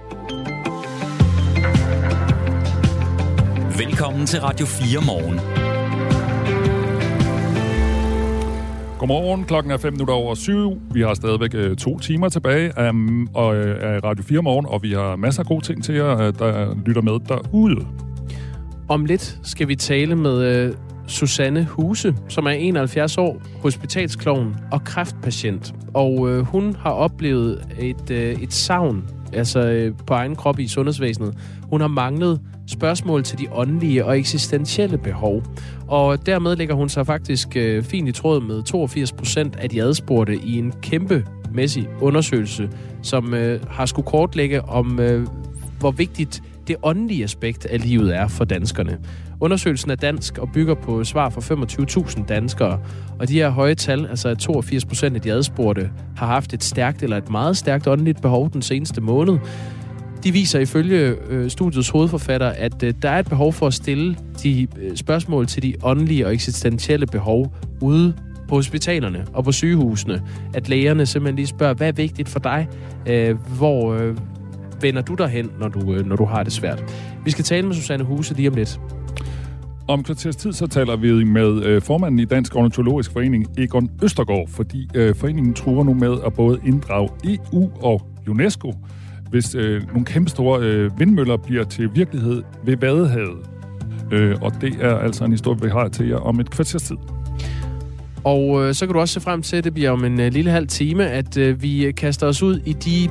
Velkommen til Radio 4 morgen. Godmorgen, klokken er 7:05. Vi har stadigvæk 2 timer tilbage af Radio 4 morgen, og vi har masser af gode ting til jer, der lytter med derude. Om lidt skal vi tale med Susanne Huse, som er 71 år, hospitalsklovn og kræftpatient. Og hun har oplevet et savn, altså på egen krop i sundhedsvæsenet. Hun har manglet spørgsmål til de åndelige og eksistentielle behov. Og dermed lægger hun sig faktisk fint i tråd med 82% af de adspurgte i en kæmpemæssig undersøgelse, som har skulle kortlægge om, hvor vigtigt det åndelige aspekt af livet er for danskerne. Undersøgelsen er dansk og bygger på svar fra 25.000 danskere. Og de her høje tal, altså at 82% af de adspurgte, har haft et stærkt eller et meget stærkt åndeligt behov den seneste måned. De viser ifølge studiets hovedforfatter, at der er et behov for at stille de spørgsmål til de åndelige og eksistentielle behov ude på hospitalerne og på sygehusene. At lægerne simpelthen lige spørger, hvad er vigtigt for dig? Hvor vender du derhen, når du har det svært? Vi skal tale med Susanne Huse lige om lidt. Om kvarters tid så taler vi med formanden i Dansk Ornitologisk Forening, Egon Østergaard, fordi foreningen truer nu med at både inddrage EU og UNESCO, hvis nogle kæmpestore vindmøller bliver til virkelighed ved Vadehavet. Og det er altså en historie, vi har til jer om et kvarters tid. Og så kan du også se frem til, at det bliver om en lille halv time, at vi kaster os ud i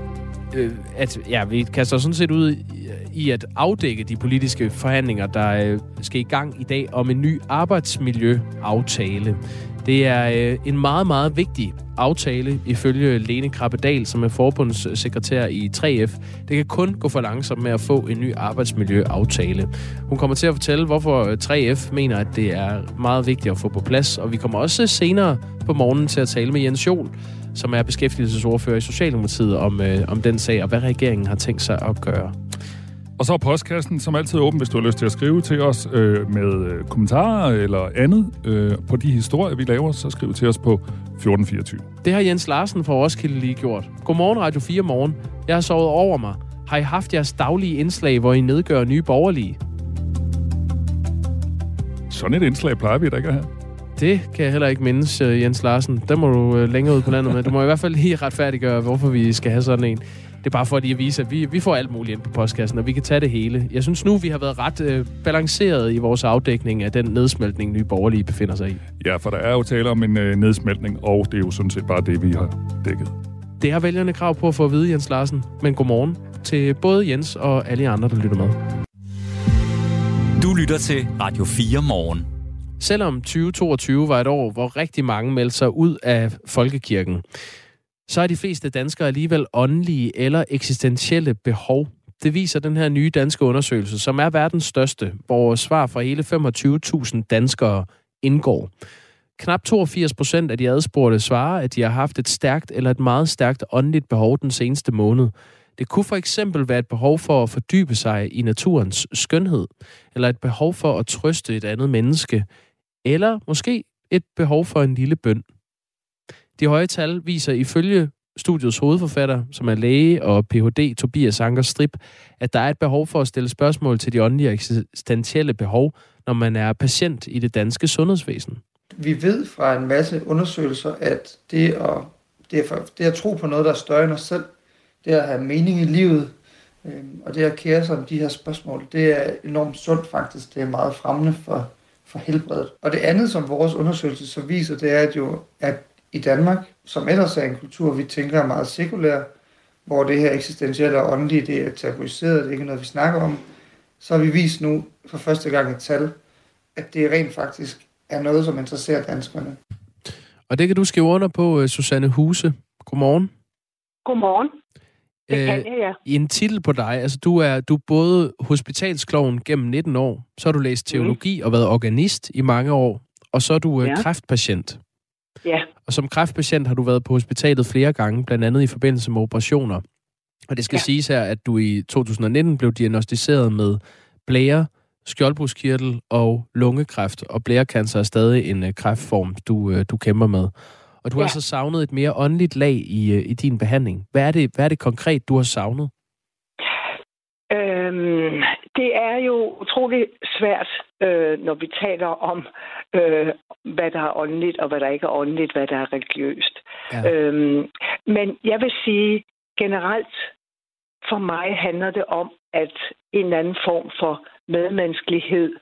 vi kaster os sådan set ud i at afdække de politiske forhandlinger, der skal i gang i dag om en ny arbejdsmiljøaftale. Det er en meget, meget vigtig aftale ifølge Lene Krabbedal, som er forbundssekretær i 3F. Det kan kun gå for langsomt med at få en ny arbejdsmiljøaftale. Hun kommer til at fortælle, hvorfor 3F mener, at det er meget vigtigt at få på plads. Og vi kommer også senere på morgenen til at tale med Jens Joel, som er beskæftigelsesordfører i Socialdemokratiet, om den sag og hvad regeringen har tænkt sig at gøre. Og så er postkassen som altid åben, hvis du har lyst til at skrive til os med kommentarer eller andet på de historier, vi laver, så skriv til os på 1424. Det har Jens Larsen fra Roskilde lige gjort. Godmorgen, Radio 4 morgen. Jeg har sovet over mig. Har I haft jeres daglige indslag, hvor I nedgør Nye Borgerlige? Sådan et indslag plejer vi da ikke at have. Det kan jeg heller ikke mindes, Jens Larsen. Der må du længere ud på landet med. Du må i hvert fald lige retfærdiggøre, hvorfor vi skal have sådan en. Det er bare for at vise, at vi får alt muligt ind på postkassen, og vi kan tage det hele. Jeg synes nu, vi har været ret balanceret i vores afdækning af den nedsmeltning, Nye Borgerlige befinder sig i. Ja, for der er jo tale om en nedsmeltning, og det er jo sådan set bare det, vi har dækket. Det har vælgerne krav på at få at vide, Jens Larsen. Men godmorgen til både Jens og alle andre, der lytter med. Du lytter til Radio 4 morgen. Selvom 2022 var et år, hvor rigtig mange meldte sig ud af folkekirken, så er de fleste danskere alligevel åndelige eller eksistentielle behov. Det viser den her nye danske undersøgelse, som er verdens største, hvor svar fra hele 25.000 danskere indgår. Knap 82% af de adspurgte svarer, at de har haft et stærkt eller et meget stærkt åndeligt behov den seneste måned. Det kunne for eksempel være et behov for at fordybe sig i naturens skønhed, eller et behov for at trøste et andet menneske, eller måske et behov for en lille bøn. De høje tal viser ifølge studiets hovedforfatter, som er læge og Ph.D. Tobias Anker Strib, at der er et behov for at stille spørgsmål til de åndelige og eksistentielle behov, når man er patient i det danske sundhedsvæsen. Vi ved fra en masse undersøgelser, at det at tro på noget, der er større end os selv, det at have mening i livet, og det at kære sig om de her spørgsmål, det er enormt sundt faktisk. Det er meget fremmende for helbredet. Og det andet, som vores undersøgelse så viser, det er at i Danmark, som ellers er en kultur, vi tænker er meget sekulær, hvor det her eksistentielle og åndelige, det er tabuiseret, det er ikke noget, vi snakker om, så har vi vist nu for første gang et tal, at det rent faktisk er noget, som interesserer danskerne. Og det kan du skrive under på, Susanne Huse. Godmorgen. Godmorgen. Det kan jeg, ja. I en titel på dig, altså du er både hospitalsklovn gennem 19 år, så har du læst teologi og været organist i mange år, og så er du kræftpatient. Ja. Og som kræftpatient har du været på hospitalet flere gange, blandt andet i forbindelse med operationer. Og det skal siges her, at du i 2019 blev diagnosticeret med blære, skjoldbruskkirtel og lungekræft, og blærecancer er stadig en kræftform, du kæmper med. Og du har så savnet et mere åndeligt lag i din behandling. Hvad er det konkret, du har savnet? Det er jo utroligt svært, når vi taler om, hvad der er åndeligt, og hvad der ikke er åndeligt, hvad der er religiøst. Ja. Men jeg vil sige, generelt for mig handler det om, at en eller anden form for medmenneskelighed,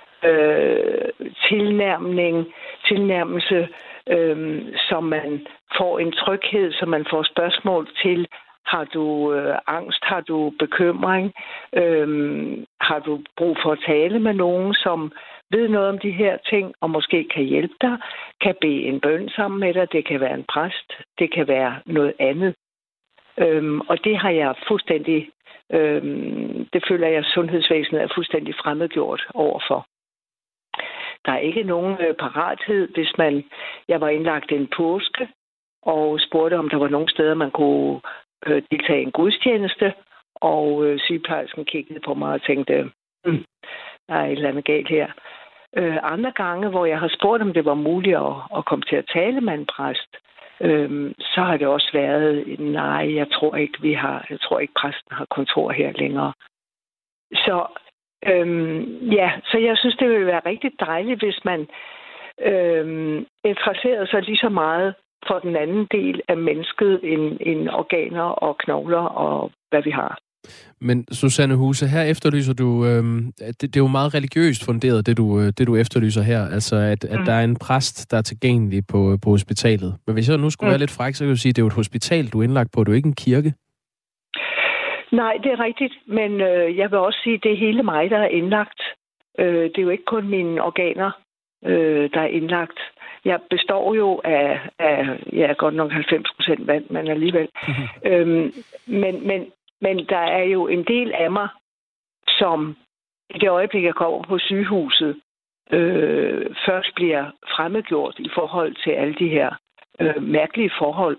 tilnærmelse, så man får en tryghed, så man får spørgsmål til, har du angst, har du bekymring, har du brug for at tale med nogen, som ved noget om de her ting, og måske kan hjælpe dig, kan bede en bøn sammen med dig, det kan være en præst, det kan være noget andet. Og det har jeg fuldstændig, det føler jeg, sundhedsvæsenet er fuldstændig fremmedgjort overfor. Der er ikke nogen parathed, hvis jeg var indlagt en påske, og spurgte, om der var nogle steder, man kunne deltage i en gudstjeneste, og sygeplejersken kiggede på mig og tænkte, der er et eller andet galt her. Andre gange, hvor jeg har spurgt, om det var muligt at komme til at tale med en præst, så har det også været, nej, jeg tror ikke præsten har kontor her længere. Så så jeg synes, det ville være rigtig dejligt, hvis man interesserede sig lige så meget for den anden del af mennesket end organer og knogler og hvad vi har. Men Susanne Huse, her efterlyser du, det er jo meget religiøst funderet, det du efterlyser her, altså at der er en præst, der er tilgængelig på hospitalet. Men hvis jeg nu skulle være lidt fræk, så kan jeg sige, at det er jo et hospital, du er indlagt på, det er jo ikke en kirke. Nej, det er rigtigt, men jeg vil også sige, at det er hele mig, der er indlagt. Det er jo ikke kun mine organer, der er indlagt. Jeg består jo af godt nok 90% vand, men alligevel. Men der er jo en del af mig, som i det øjeblik, jeg kommer på sygehuset, først bliver fremmedgjort i forhold til alle de her mærkelige forhold.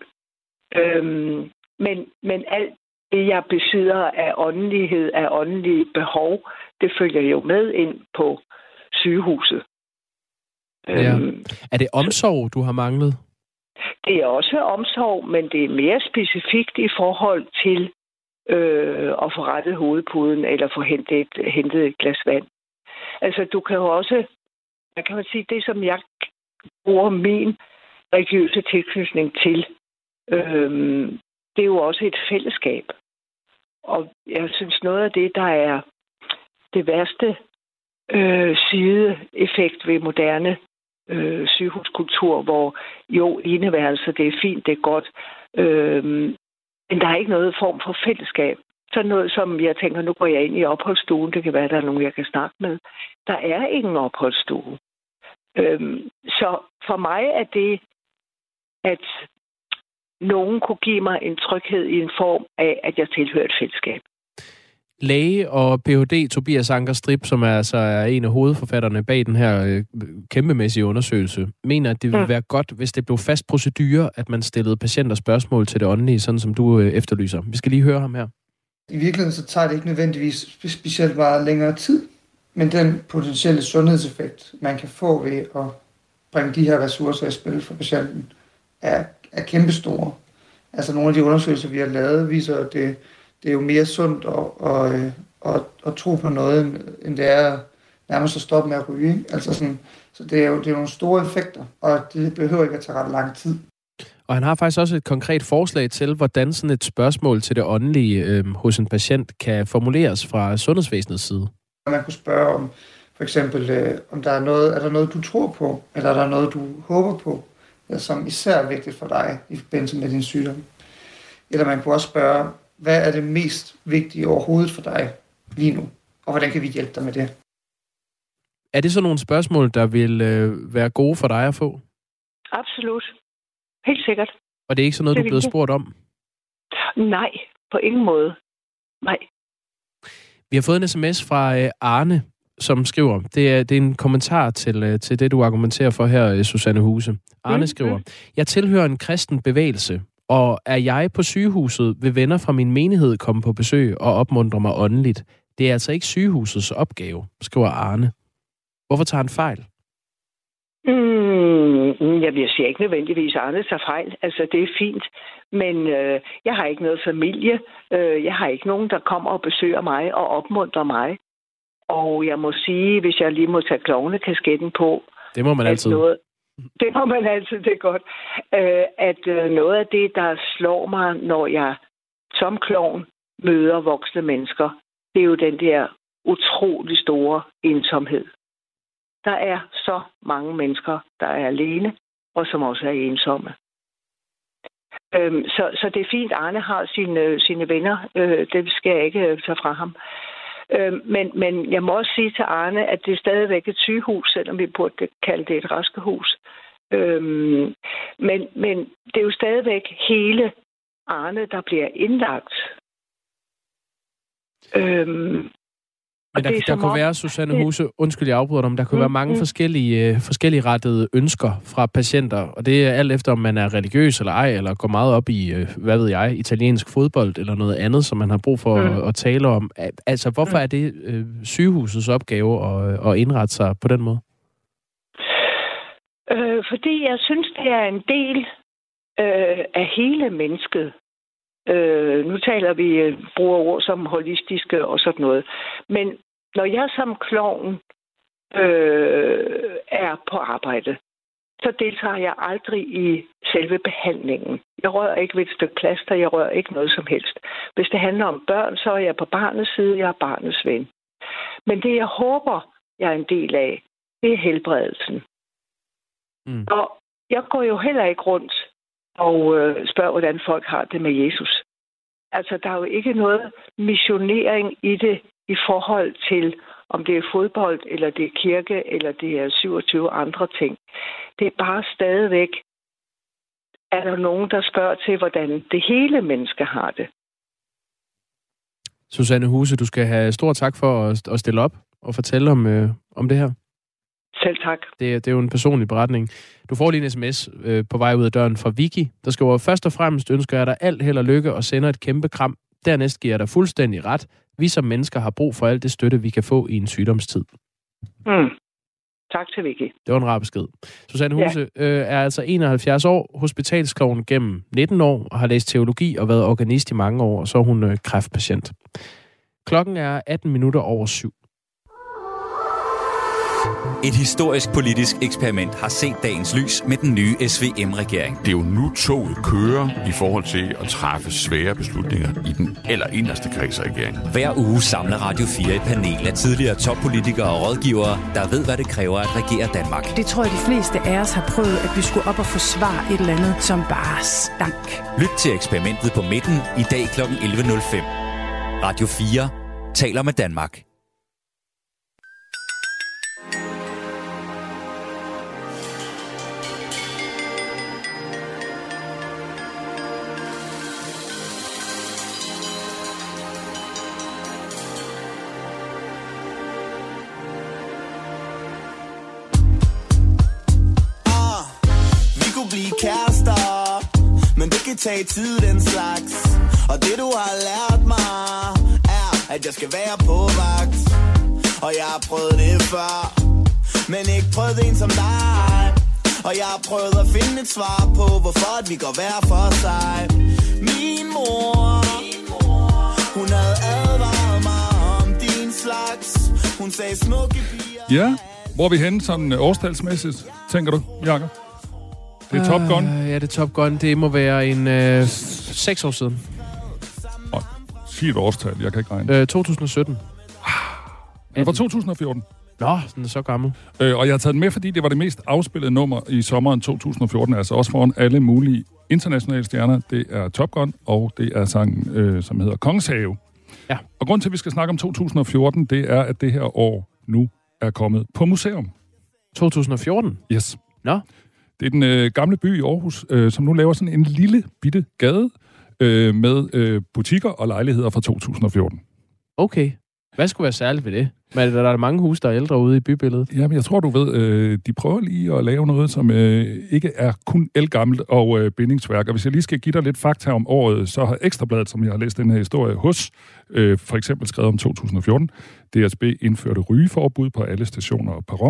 Men alt det, jeg besidder af åndelighed, af åndelige behov, det følger jo med ind på sygehuset. Ja. Er det omsorg, du har manglet? Det er også omsorg, men det er mere specifikt i forhold til at få rettet hovedpuden eller få hentet et glas vand. Altså, du kan jo også, man kan sige, det som jeg bruger min religiøse tilknytning til, det er jo også et fællesskab. Og jeg synes, noget af det, der er det værste sideeffekt ved moderne sygehuskultur, hvor jo eneværelse, det er fint, det er godt, men der er ikke noget form for fællesskab. Så noget, som jeg tænker, nu går jeg ind i opholdsstuen, det kan være, der er nogen, jeg kan snakke med. Der er ingen opholdsstue. Så for mig er det, at nogen kunne give mig en tryghed i en form af, at jeg tilhører et fællesskab. Læge og Ph.D. Tobias Anker Strib, som er en af hovedforfatterne bag den her kæmpemæssige undersøgelse, mener, at det ville være godt, hvis det blev fast procedure, at man stillede patienter spørgsmål til det åndelige, sådan som du efterlyser. Vi skal lige høre ham her. I virkeligheden så tager det ikke nødvendigvis specielt meget længere tid, men den potentielle sundhedseffekt, man kan få ved at bringe de her ressourcer i spil for patienten, er kæmpestore. Altså nogle af de undersøgelser, vi har lavet, viser, at det er jo mere sundt at tro på noget, end det er nærmest at stoppe med at ryge. Altså sådan, så det er jo nogle store effekter, og det behøver ikke at tage ret lang tid. Og han har faktisk også et konkret forslag til, hvordan sådan et spørgsmål til det åndelige hos en patient kan formuleres fra sundhedsvæsenets side. Man kunne spørge om, for eksempel, om er der noget, du tror på, eller er der noget, du håber på, som især er vigtigt for dig i forbindelse med din sygdom. Eller man kunne også spørge, hvad er det mest vigtige overhovedet for dig lige nu, og hvordan kan vi hjælpe dig med det? Er det så nogle spørgsmål, der vil være gode for dig at få? Absolut. Helt sikkert. Og det er ikke sådan noget, du er blevet spurgt om? Nej, på ingen måde. Nej. Vi har fået en sms fra Arne, som skriver, det er en kommentar til det, du argumenterer for her, Susanne Huse. Arne skriver, jeg tilhører en kristen bevægelse, og er jeg på sygehuset, vil venner fra min menighed komme på besøg og opmuntre mig åndeligt. Det er altså ikke sygehusets opgave, skriver Arne. Hvorfor tager han fejl? Jeg siger ikke nødvendigvis, at Arne tager fejl. Altså, det er fint. Men jeg har ikke noget familie. Jeg har ikke nogen, der kommer og besøger mig og opmuntrer mig. Og jeg må sige, hvis jeg lige må tage klovnekasketten på... Det må man altid. Det må man altid, det er godt. At noget af det, der slår mig, når jeg som klovn møder voksne mennesker, det er jo den der utrolig store ensomhed. Der er så mange mennesker, der er alene, og som også er ensomme. Så det er fint, Arne har sine venner. Det skal jeg ikke tage fra ham. Men jeg må også sige til Arne, at det er stadigvæk et sygehus, selvom vi burde kalde det et raskehus. Men det er jo stadigvæk hele Arne, der bliver indlagt. Men der kunne være, Susanne Huse, undskyld, jeg afbryder dig, men der kunne være mange forskellige rettede ønsker fra patienter, og det er alt efter, om man er religiøs eller ej, eller går meget op i, hvad ved jeg, italiensk fodbold eller noget andet, som man har brug for at tale om. Altså, hvorfor er det sygehusets opgave at indrette sig på den måde? Fordi jeg synes, det er en del af hele mennesket. Nu taler vi, bruger ord som holistiske og sådan noget. Men når jeg som klovn er på arbejde, så deltager jeg aldrig i selve behandlingen. Jeg rører ikke ved et stykke plaster, jeg rører ikke noget som helst. Hvis det handler om børn, så er jeg på barnets side, jeg er barnets ven. Men det, jeg håber, jeg er en del af, det er helbredelsen. Og jeg går jo heller ikke rundt og spørger, hvordan folk har det med Jesus. Altså, der er jo ikke noget missionering i det i forhold til, om det er fodbold, eller det er kirke, eller det er 27 andre ting. Det er bare stadigvæk, er der nogen, der spørger til, hvordan det hele menneske har det. Susanne Huse, du skal have stor tak for at stille op og fortælle om det her. Selv tak. Det er jo en personlig beretning. Du får lige en sms på vej ud af døren fra Vicky, der skriver, først og fremmest ønsker jeg dig alt held og lykke og sender et kæmpe kram. Dernæst giver jeg dig fuldstændig ret. Vi som mennesker har brug for alt det støtte, vi kan få i en sygdomstid. Tak til Vicky. Det var en rar besked. Susanne Huse er altså 71 år, hospitalsklovn gennem 19 år og har læst teologi og været organist i mange år, og så er hun kræftpatient. Klokken er 7:18. Et historisk politisk eksperiment har set dagens lys med den nye SVM-regering. Det er jo nu toget kører i forhold til at træffe svære beslutninger i den allerinderste kreds af regeringen. Hver uge samler Radio 4 et panel af tidligere toppolitikere og rådgivere, der ved, hvad det kræver at regere Danmark. Det tror jeg, de fleste af os har prøvet, at vi skulle op og forsvare et eller andet, som bare stank. Lyt til eksperimentet på midten i dag kl. 11.05. Radio 4 taler med Danmark. Kærester, men det kan tage tid, den slags. Og det du har lært mig er, at jeg skal være på vagt. Og jeg har prøvet det før, men ikke prøvet en som dig. Og jeg har prøvet at finde et svar på, hvorfor vi går hver for sig. Min mor, hun havde advaret mig om din slags. Hun sagde smukke piger. Ja, hvor er vi henne sådan årstalsmæssigt, tænker du, Jakob? Det er Top Gun. Ja, det er Top Gun. Det må være en 6 år siden. Sig et årstal, jeg kan ikke regne. 2017. Det var 2014. Nå, den er så gammel. Og jeg har taget den med, fordi det var det mest afspillede nummer i sommeren 2014, altså også foran alle mulige internationale stjerner. Det er Top Gun, og det er sangen, som hedder Kongens Have. Ja. Og grund til, at vi skal snakke om 2014, det er, at det her år nu er kommet på museum. 2014? Yes. Nå. Det er den gamle by i Aarhus, som nu laver sådan en lille bitte gade med butikker og lejligheder fra 2014. Okay. Hvad skulle være særligt ved det? Men der er mange huse, der er ældre ude i bybilledet. Jamen, jeg tror, du ved, de prøver lige at lave noget, som ikke er kun elgammelt og bindingsværk. Og hvis jeg lige skal give dig lidt fakta om året, så har Ekstrabladet, som jeg har læst den her historie hos, for eksempel skrevet om 2014. DSB indførte rygeforbud på alle stationer og perroner.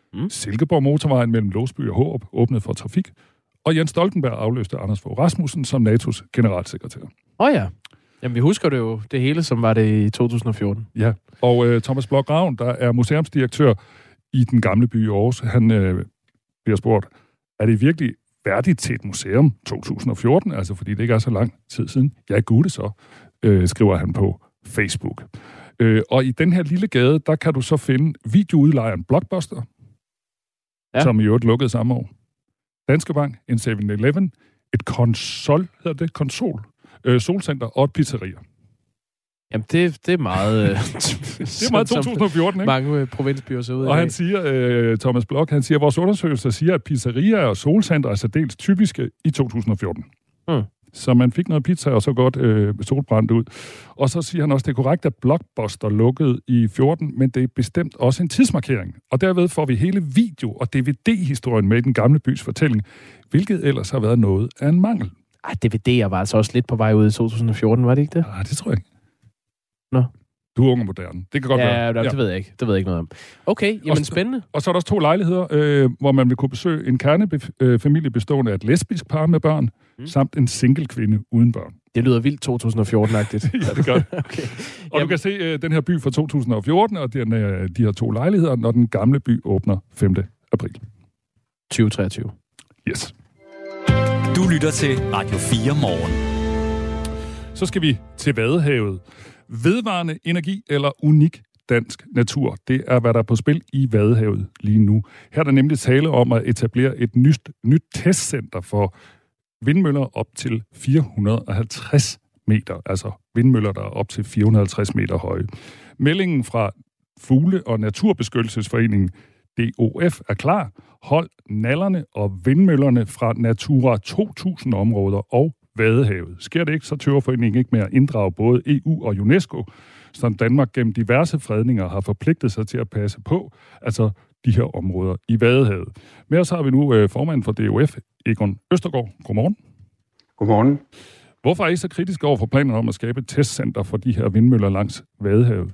Silkeborg Motorvejen mellem Låsby og Hårup åbnet for trafik. Og Jens Stoltenberg afløste Anders Fogh Rasmussen som NATO's generalsekretær. Ja. Jamen, vi husker det jo, det hele, som var det i 2014. Ja, og Thomas Blok Ravn, der er museumsdirektør i den gamle by i Aarhus, han bliver spurgt, er det virkelig værdigt til et museum 2014? Altså, fordi det ikke er så lang tid siden. Ja, gud det så, skriver han på Facebook. Og i den her lille gade, der kan du så finde videoudlejren Blockbuster, som i øvrigt lukkede samme år. Danske Bank, en 7-Eleven, et konsol, solcenter og et pizzeria. Jamen, det er meget... det er meget 2014, ikke? Mange provinsbyer ser ud af. Og han siger, Thomas Blok, han siger, vores undersøgelser siger, at pizzeria og solcenter er særdeles typiske i 2014. Så man fik noget pizza og så godt solbrændt ud. Og så siger han også, det er korrekt, at Blockbuster lukkede i 14, men det er bestemt også en tidsmarkering. Og derved får vi hele video- og DVD-historien med i den gamle bys fortælling, hvilket ellers har været noget af en mangel. DVD'er var altså også lidt på vej ud i 2014, var det ikke det? Nej, det tror jeg ikke. Nå. Du er ung og moderne. Det kan godt være. Ja, det ved jeg ikke. Det ved jeg ikke noget om. Okay, jamen spændende. Og så er der også 2 lejligheder, hvor man vil kunne besøge en kernefamilie bestående af et lesbisk par med børn, samt en single kvinde uden børn. Det lyder vildt 2014-agtigt. Ja, det gør det. Okay. Og du kan se den her by fra 2014, og de her 2 lejligheder, når den gamle by åbner 5. april. 2023. Yes. Du lytter til Radio 4 morgen. Så skal vi til Vadehavet. Vedvarende energi eller unik dansk natur. Det er, hvad der er på spil i Vadehavet lige nu. Her er der nemlig tale om at etablere et nyt testcenter for vindmøller op til 450 meter. Altså vindmøller, der er op til 450 meter høje. Meldingen fra Fugle- og Naturbeskyttelsesforeningen DOF er klar. Hold nallerne og vindmøllerne fra Natura 2000-områder og Vadehavet. Sker det ikke, så tøver foreningen ikke med at inddrage både EU og UNESCO, som Danmark gennem diverse fredninger har forpligtet sig til at passe på, altså de her områder i Vadehavet. Med os har vi nu formanden for DOF, Egon Østergaard. Godmorgen. Godmorgen. Hvorfor er I så kritiske over for planerne om at skabe et testcenter for de her vindmøller langs Vadehavet?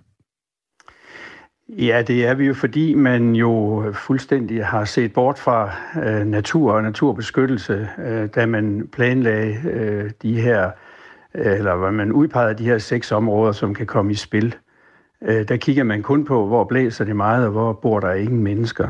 Ja, det er vi jo, fordi man jo fuldstændig har set bort fra natur og naturbeskyttelse, da man planlagde de her, eller hvad man udpegede de her 6 områder, som kan komme i spil. Der kigger man kun på, hvor blæser det meget, og hvor bor der ingen mennesker.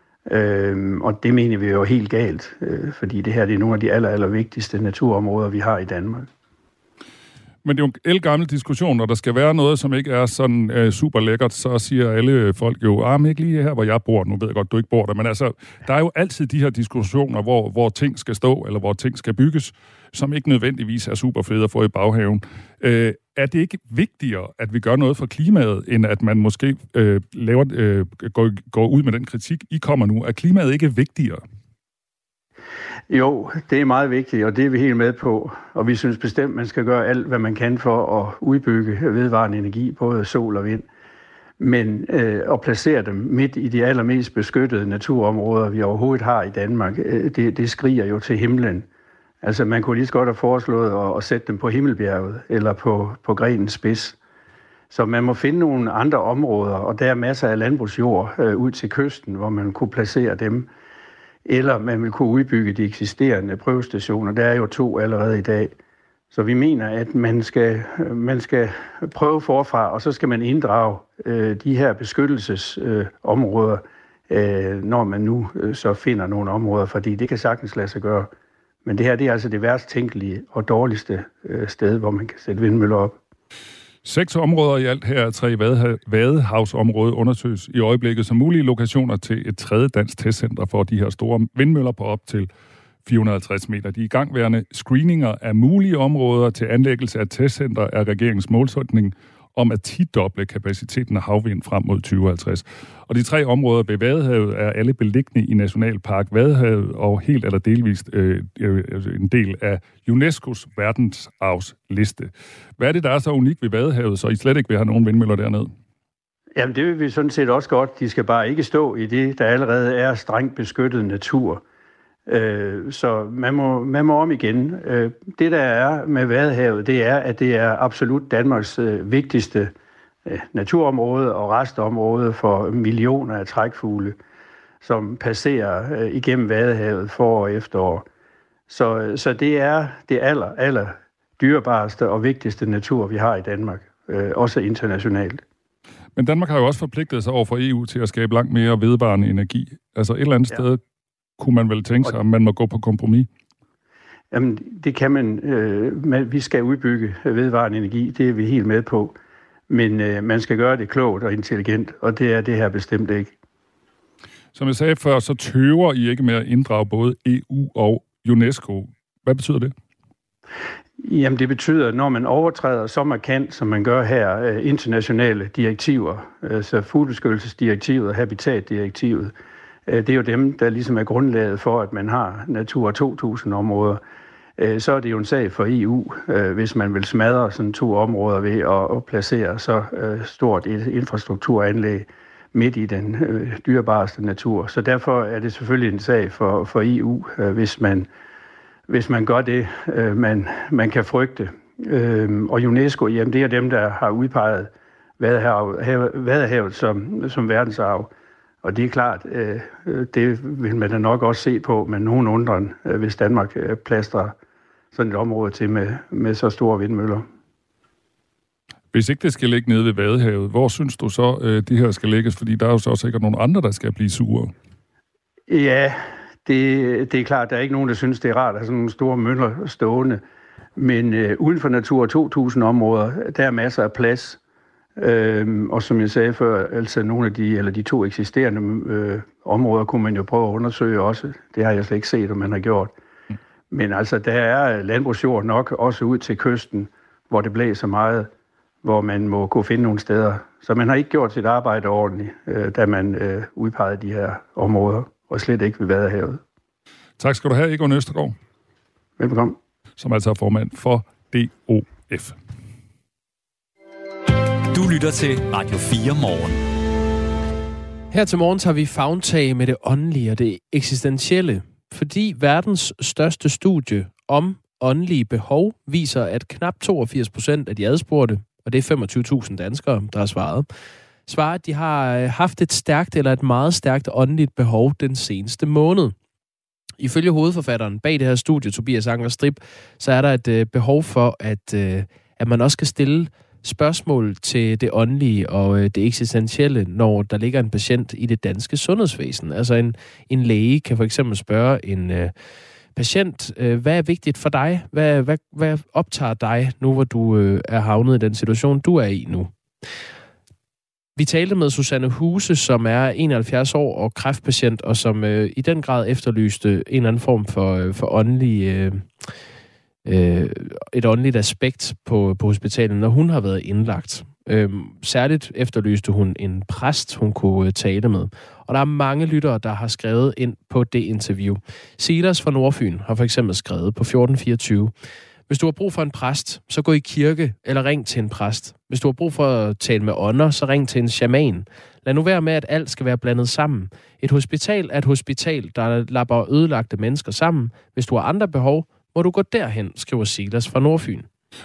Og det mener vi jo helt galt, fordi det her det er nogle af de aller vigtigste naturområder, vi har i Danmark. Men det er jo en ældgammel diskussion, og der skal være noget, som ikke er sådan super lækkert, så siger alle folk jo, men ikke lige her, hvor jeg bor. Nu ved jeg godt, du ikke bor der, men altså, der er jo altid de her diskussioner, hvor ting skal stå, eller hvor ting skal bygges, som ikke nødvendigvis er super fede at få i baghaven. Er det ikke vigtigere, at vi gør noget for klimaet, end at man måske går ud med den kritik, I kommer nu? Er klimaet ikke vigtigere? Jo, det er meget vigtigt, og det er vi helt med på. Og vi synes bestemt, man skal gøre alt, hvad man kan for at udbygge vedvarende energi, både sol og vind. Men at placere dem midt i de allermest beskyttede naturområder, vi overhovedet har i Danmark, det skriger jo til himlen. Altså man kunne lige så godt have foreslået at sætte dem på Himmelbjerget eller på Grenens spids. Så man må finde nogle andre områder, og der er masser af landbrugsjord ud til kysten, hvor man kunne placere dem. Eller man vil kunne udbygge de eksisterende prøvestationer. Der er jo 2 allerede i dag. Så vi mener, at man skal prøve forfra, og så skal man inddrage de her beskyttelsesområder, når man nu så finder nogle områder, fordi det kan sagtens lade sig gøre. Men det her det er altså det værst tænkelige og dårligste sted, hvor man kan sætte vindmøller op. 6 områder i alt her, 3 vadehavsområder undersøges i øjeblikket som mulige lokationer til et 3. dansk testcenter for de her store vindmøller på op til 450 meter. De igangværende screeninger af mulige områder til anlæggelse af testcenter er regeringens målsætning om at 10-doble kapaciteten af havvind frem mod 2050. Og de 3 områder ved Vadehavet er alle beliggende i Nationalpark Vadehavet og helt eller delvist en del af UNESCO's verdensarvsliste. Hvad er det, der er så unikt ved Vadehavet, så I slet ikke vil have nogen vindmøller dernede? Jamen det vil vi sådan set også godt. De skal bare ikke stå i det, der allerede er strengt beskyttet natur. Så man må om igen. Det, der er med Vadehavet, det er, at det er absolut Danmarks vigtigste naturområde og restområde for millioner af trækfugle. som passerer igennem Vadehavet forår og efterår. Så det er det aller dyrebareste og vigtigste natur, vi har i Danmark, også internationalt. Men Danmark har jo også forpligtet sig over for EU til at skabe langt mere vedvarende energi. Altså et eller andet sted kunne man vel tænke sig, at man må gå på kompromis. Jamen, det kan man. Vi skal udbygge vedvarende energi, det er vi helt med på. Men man skal gøre det klogt og intelligent, og det er det her bestemt ikke. Som jeg sagde før, så tøver I ikke med at inddrage både EU og UNESCO. Hvad betyder det? Jamen, det betyder, at når man overtræder så markant, som man gør her, internationale direktiver, så fuglebeskyttelsesdirektivet og habitatdirektivet, det er jo dem, der ligesom er grundlaget for, at man har Natura 2000-områder. Så er det jo en sag for EU, hvis man vil smadre sådan 2 områder ved at placere så stort et infrastrukturanlæg midt i den dyrebareste natur. Så derfor er det selvfølgelig en sag for EU, hvis man gør det, man kan frygte. Og UNESCO, jamen det er dem, der har udpeget Vadehavet som verdensarv. Og det er klart, det vil man da nok også se på med nogen undren, hvis Danmark plastrer sådan et område til med så store vindmøller. Hvis ikke det skal ligge nede ved Vadehavet, hvor synes du så, de her skal lægges? Fordi der er jo så sikkert nogle andre, der skal blive sure. Ja, det er klart, der er ikke nogen, der synes, det er rart at have sådan nogle store møller stående. Men uden for Natura 2000-områder, der er masser af plads. Og som jeg sagde før, altså nogle af de 2 eksisterende områder kunne man jo prøve at undersøge også. Det har jeg slet ikke set, om man har gjort. Men altså, der er landbrugsjord nok også ud til kysten, hvor det blæser meget, hvor man må kunne finde nogle steder. Så man har ikke gjort sit arbejde ordentligt, da man udpegede de her områder, og slet ikke ved Vadehavet. Tak skal du have, Egon Østergaard. Velbekomme. Som altså er formand for DOF. Du lytter til Radio 4 Morgen. Her til morgen tager vi favntag med det åndelige og det eksistentielle, fordi verdens største studie om åndelige behov viser, at knap 82% af de adspurgte, og det er 25.000 danskere, der har svarer, at de har haft et stærkt eller et meget stærkt åndeligt behov den seneste måned. Ifølge hovedforfatteren bag det her studie, Tobias Anker Strib, så er der et behov for, at man også skal stille spørgsmål til det åndelige og det eksistentielle, når der ligger en patient i det danske sundhedsvæsen. Altså en læge kan for eksempel spørge en patient, hvad er vigtigt for dig? Hvad optager dig nu, hvor du er havnet i den situation, du er i nu? Vi talte med Susanne Huse, som er 71 år og kræftpatient, og som i den grad efterlyste en eller anden form for åndelig... et åndeligt aspekt på hospitalet, når hun har været indlagt. Særligt efterlyste hun en præst, hun kunne tale med. Og der er mange lyttere, der har skrevet ind på det interview. Silas fra Nordfyn har for eksempel skrevet på 1424. Hvis du har brug for en præst, så gå i kirke eller ring til en præst. Hvis du har brug for at tale med ånder, så ring til en shaman. Lad nu være med, at alt skal være blandet sammen. Et hospital er et hospital, der lapper ødelagte mennesker sammen. Hvis du har andre behov, må du gå derhen, skriver Silas fra Nordfyn.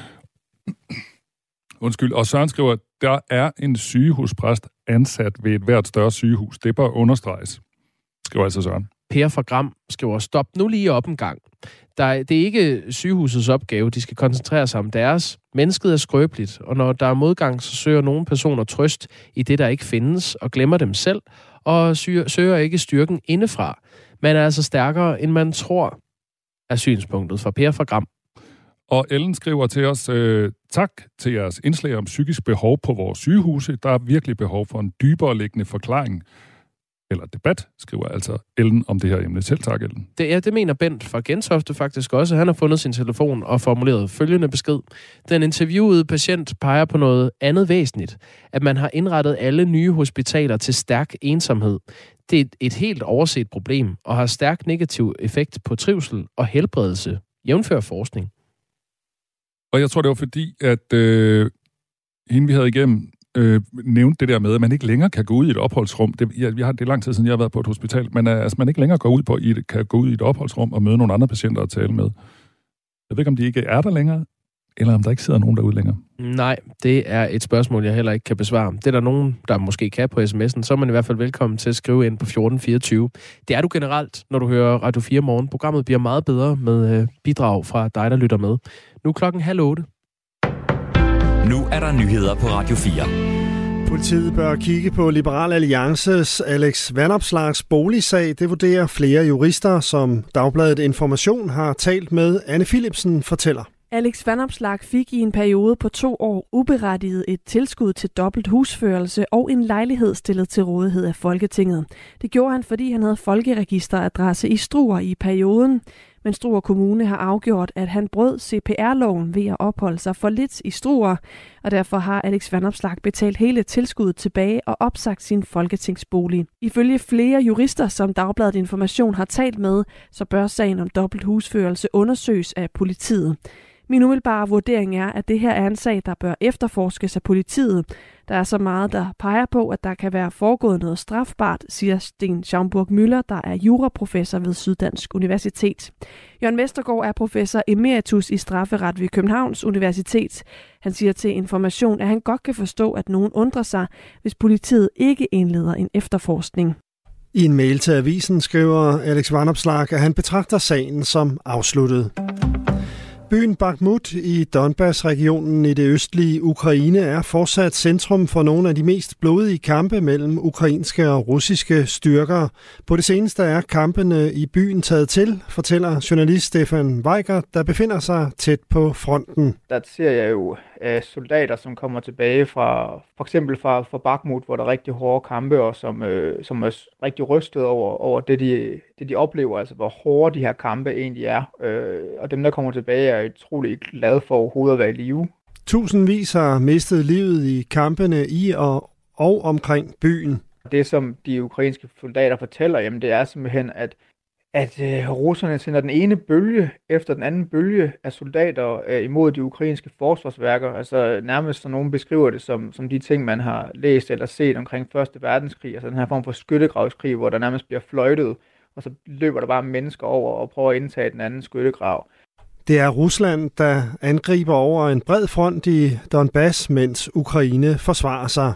Undskyld, og Søren skriver, at der er en sygehuspræst ansat ved et hvert større sygehus. Det bør understreges, skriver altså Søren. Per fra Gram skriver, stop nu lige op en gang. Det er ikke sygehusets opgave, de skal koncentrere sig om deres. Mennesket er skrøbeligt, og når der er modgang, så søger nogle personer trøst i det, der ikke findes, og glemmer dem selv, og søger ikke styrken indefra. Man er altså stærkere, end man tror, er synspunktet fra Per fra Gram. Og Ellen skriver til os, tak til jeres indslag om psykisk behov på vores sygehuse. Der er virkelig behov for en dybere liggende forklaring, eller debat, skriver altså Ellen om det her emne. Selv tak, Ellen. Det mener Bent fra Gentofte faktisk også. Han har fundet sin telefon og formuleret følgende besked. Den interviewede patient peger på noget andet væsentligt. At man har indrettet alle nye hospitaler til stærk ensomhed. Det er et helt overset problem, og har stærk negativ effekt på trivsel og helbredelse, jævnfør forskning. Og jeg tror, det var fordi, at hende vi havde igennem, nævnte det der med, at man ikke længere kan gå ud i et opholdsrum. Det er lang tid siden, jeg har været på et hospital, men altså, man ikke længere kan gå ud i et opholdsrum og møde nogle andre patienter og tale med. Jeg ved ikke, om de ikke er der længere, eller om der ikke sidder nogen derude længere? Nej, det er et spørgsmål, jeg heller ikke kan besvare. Det er der nogen, der måske kan på sms'en, så er man i hvert fald velkommen til at skrive ind på 1424. Det er du generelt, når du hører Radio 4 morgen. Programmet bliver meget bedre med bidrag fra dig, der lytter med. Nu er 7:30. Nu er der nyheder på Radio 4. Politiet bør kigge på Liberal Alliances Alex Vanopslaghs boligsag. Det vurderer flere jurister, som Dagbladet Information har talt med. Anne Philipsen fortæller. Alex Vanopslagh fik i en periode på 2 år uberettiget et tilskud til dobbelt husførelse og en lejlighed stillet til rådighed af Folketinget. Det gjorde han, fordi han havde folkeregisteradresse i Struer i perioden. Men Struer Kommune har afgjort, at han brød CPR-loven ved at opholde sig for lidt i Struer, og derfor har Alex Vanopslagh betalt hele tilskuddet tilbage og opsagt sin folketingsbolig. Ifølge flere jurister, som Dagbladet Information har talt med, så bør sagen om dobbelt husførelse undersøges af politiet. Min umiddelbare vurdering er, at det her er en sag, der bør efterforskes af politiet. Der er så meget, der peger på, at der kan være foregået noget strafbart, siger Sten Schaumburg-Müller, der er juraprofessor ved Syddansk Universitet. Jørgen Vestergaard er professor emeritus i strafferet ved Københavns Universitet. Han siger til Information, at han godt kan forstå, at nogen undrer sig, hvis politiet ikke indleder en efterforskning. I en mail til avisen skriver Alex Vanopslagh, at han betragter sagen som afsluttet. Byen Bakhmut i Donbass-regionen i det østlige Ukraine er fortsat centrum for nogle af de mest blodige kampe mellem ukrainske og russiske styrker. På det seneste er kampene i byen taget til, fortæller journalist Stefan Weigert, der befinder sig tæt på fronten. Der ser jeg jo soldater, som kommer tilbage for eksempel fra Bakhmut, hvor der er rigtig hårde kampe, og som er rigtig rystet over det, de oplever, altså hvor hårde de her kampe egentlig er. Og dem, der kommer tilbage, er utrolig glade for overhovedet at være i live. Tusindvis har mistet livet i kampene i og omkring byen. Det, som de ukrainske soldater fortæller, jamen, det er simpelthen, at russerne sender den ene bølge efter den anden bølge af soldater imod de ukrainske forsvarsværker. Altså nærmest, så nogen beskriver det som de ting, man har læst eller set omkring 1. verdenskrig. Altså den her form for skyttegravskrig, hvor der nærmest bliver fløjtet, og så løber der bare mennesker over og prøver at indtage den anden skyttegrav. Det er Rusland, der angriber over en bred front i Donbass, mens Ukraine forsvarer sig.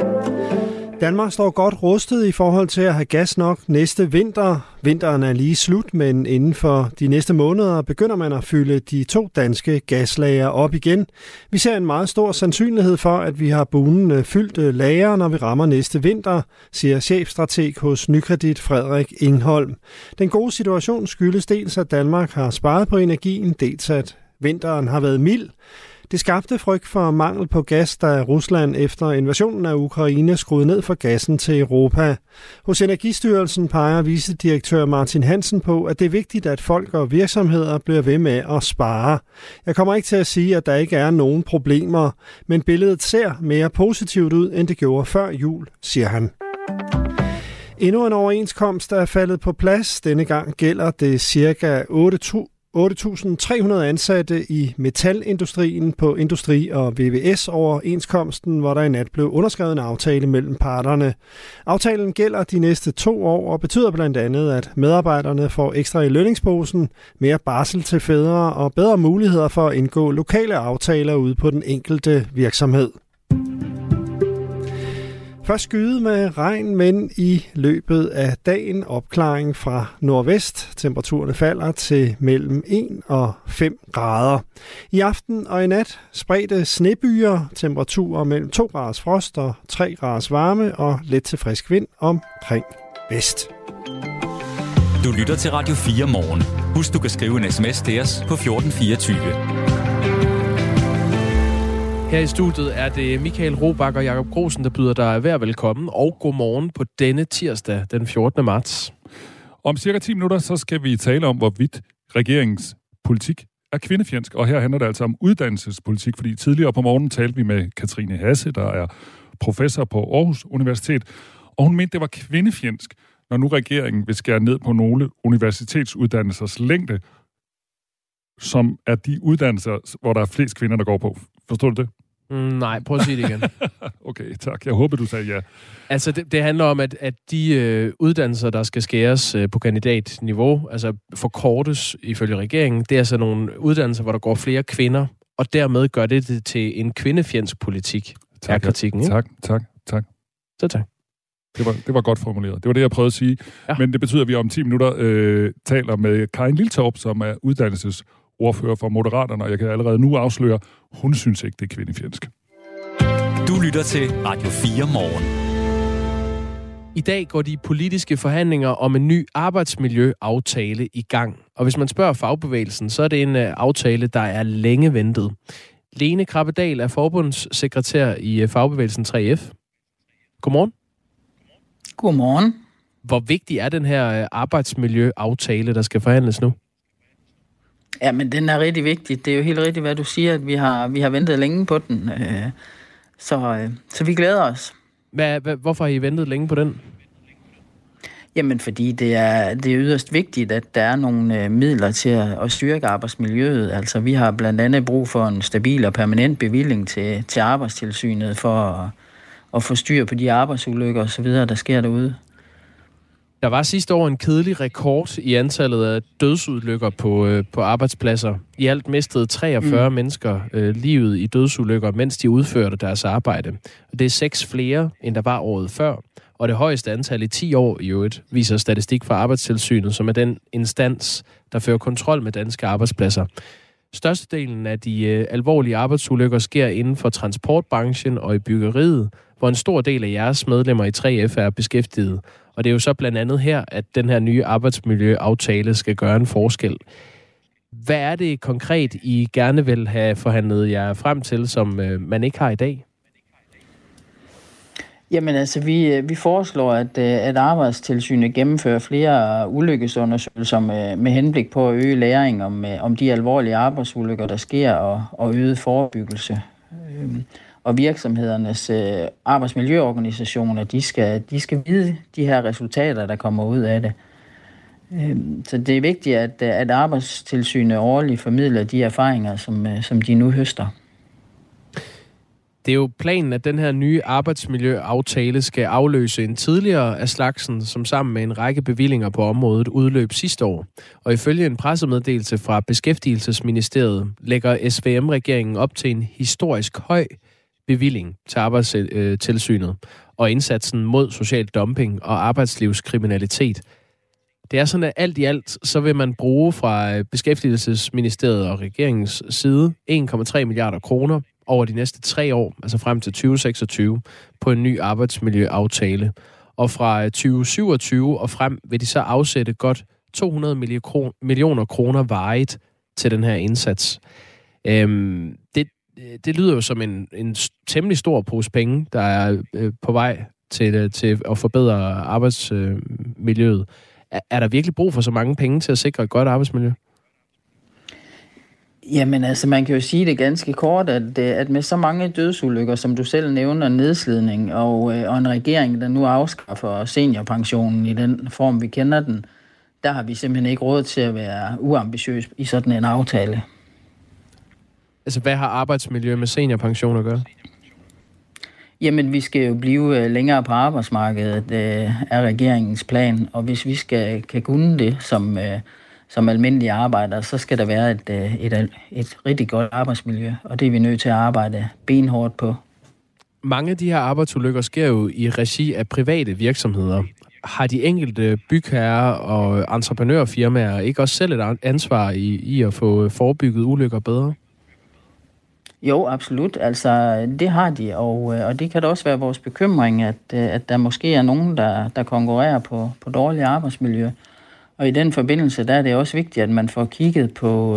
Danmark står godt rustet i forhold til at have gas nok næste vinter. Vinteren er lige slut, men inden for de næste måneder begynder man at fylde de 2 danske gaslager op igen. Vi ser en meget stor sandsynlighed for, at vi har bunden fyldt lager, når vi rammer næste vinter, siger chefstrateg hos Nykredit Frederik Ingholm. Den gode situation skyldes dels, at Danmark har sparet på energien, dels at vinteren har været mild. Det skabte frygt for mangel på gas, da Rusland efter invasionen af Ukraine skruede ned for gassen til Europa. Hos Energistyrelsen peger vicedirektør Martin Hansen på, at det er vigtigt, at folk og virksomheder bliver ved med at spare. Jeg kommer ikke til at sige, at der ikke er nogen problemer, men billedet ser mere positivt ud, end det gjorde før jul, siger han. Endnu en overenskomst er faldet på plads. Denne gang gælder det ca. 8.300 ansatte i metalindustrien på Industri- og VVS-overenskomsten, hvor der i nat blev underskrevet en aftale mellem parterne. Aftalen gælder de næste 2 år og betyder blandt andet, at medarbejderne får ekstra i lønningsposen, mere barsel til fædre og bedre muligheder for at indgå lokale aftaler ude på den enkelte virksomhed. Først skyde med regn, men i løbet af dagen opklaring fra nordvest. Temperaturerne falder til mellem 1 og 5 grader. I aften og i nat spredte snebyer, temperaturer mellem 2 graders frost og 3 graders varme og let til frisk vind omkring vest. Du lytter til Radio 4 morgen. Husk, du kan skrive en sms til os på 1424. Her i studiet er det Michael Robach og Jakob Grosen, der byder dig vær velkommen, og godmorgen på denne tirsdag, den 14. marts. Om cirka 10 minutter, så skal vi tale om, hvorvidt regeringens politik er kvindefjendsk. Og her handler det altså om uddannelsespolitik, fordi tidligere på morgenen talte vi med Katrine Hasse, der er professor på Aarhus Universitet, og hun mente, det var kvindefjendsk, når nu regeringen vil skære ned på nogle universitetsuddannelsers længde, som er de uddannelser, hvor der er flest kvinder, der går på. Forstår du det? Nej, prøv at sige det igen. Okay, tak. Jeg håber, du sagde ja. Altså, det handler om, at de uddannelser, der skal skæres på kandidatniveau, altså forkortes ifølge regeringen, det er altså nogle uddannelser, hvor der går flere kvinder, og dermed gør det til en kvindefjendsk politik. Tak, er kritikken, ikke? Tak. Så tak. Det var godt formuleret. Det var det, jeg prøvede at sige. Ja. Men det betyder, at vi om 10 minutter taler med Karin Liltorp, som er uddannelsesordfører for Moderaterne, og jeg kan allerede nu afsløre, hun synes ikke, det er kvindefjendsk. Du lytter til Radio 4 Morgen. I dag går de politiske forhandlinger om en ny arbejdsmiljøaftale i gang. Og hvis man spørger fagbevægelsen, så er det en aftale, der er længe ventet. Lene Krabbedal er forbundssekretær i fagbevægelsen 3F. Godmorgen. Godmorgen. Hvor vigtig er den her arbejdsmiljøaftale, der skal forhandles nu? Ja, men den er rigtig vigtig. Det er jo helt rigtigt, hvad du siger, at vi har ventet længe på den. Så vi glæder os. Hvorfor har I ventet længe på den? Jamen, fordi det er yderst vigtigt, at der er nogle midler til at styrke arbejdsmiljøet. Altså, vi har blandt andet brug for en stabil og permanent bevilling til Arbejdstilsynet for at få styr på de arbejdsulykker og så videre, der sker derude. Der var sidste år en kedelig rekord i antallet af dødsulykker på arbejdspladser. I alt mistede 43 mennesker livet i dødsulykker, mens de udførte deres arbejde. Og det er 6 flere, end der var året før. Og det højeste antal i 10 år i øvrigt, viser statistik fra Arbejdstilsynet, som er den instans, der fører kontrol med danske arbejdspladser. Størstedelen af de alvorlige arbejdsulykker sker inden for transportbranchen og i byggeriet, hvor en stor del af jeres medlemmer i 3F er beskæftiget. Og det er jo så blandt andet her, at den her nye arbejdsmiljøaftale skal gøre en forskel. Hvad er det konkret, I gerne vil have forhandlet jer frem til, som man ikke har i dag? Jamen altså, vi foreslår, at Arbejdstilsynet gennemfører flere ulykkesundersøgelser med henblik på at øge læring om de alvorlige arbejdsulykker, der sker, og øget forebyggelse. Og virksomhedernes arbejdsmiljøorganisationer, de skal vide de her resultater, der kommer ud af det. Så det er vigtigt, at Arbejdstilsynet årligt formidler de erfaringer, som de nu høster. Det er jo planen, at den her nye arbejdsmiljøaftale skal afløse en tidligere af slagsen, som sammen med en række bevillinger på området udløb sidste år. Og ifølge en pressemeddelelse fra Beskæftigelsesministeriet lægger SVM-regeringen op til en historisk høj bevilling til Arbejdstilsynet og indsatsen mod social dumping og arbejdslivskriminalitet. Det er sådan, at alt i alt, så vil man bruge fra Beskæftigelsesministeriet og regeringens side 1,3 milliarder kroner over de næste 3 år, altså frem til 2026, på en ny arbejdsmiljøaftale. Og fra 2027 og frem vil de så afsætte godt 200 millioner kroner varigt til den her indsats. Det lyder jo som en temmelig stor pose penge, der er på vej til at forbedre arbejdsmiljøet. Er der virkelig brug for så mange penge til at sikre et godt arbejdsmiljø? Jamen altså, man kan jo sige det ganske kort, at med så mange dødsulykker, som du selv nævner, nedslidning og en regering, der nu afskaffer seniorpensionen i den form, vi kender den, der har vi simpelthen ikke råd til at være uambitiøs i sådan en aftale. Altså, hvad har arbejdsmiljø med seniorpension at gøre? Jamen, vi skal jo blive længere på arbejdsmarkedet, er regeringens plan, og hvis vi kan kunne det som almindelige arbejdere, så skal der være et rigtig godt arbejdsmiljø, og det er vi nødt til at arbejde benhårdt på. Mange af de her arbejdsulykker sker jo i regi af private virksomheder. Har de enkelte bygherrer og entreprenørfirmaer ikke også selv et ansvar i at få forebygget ulykker bedre? Jo, absolut. Altså, det har de, og det kan da også være vores bekymring, at der måske er nogen, der konkurrerer på dårligt arbejdsmiljø. Og i den forbindelse, der er det også vigtigt, at man får kigget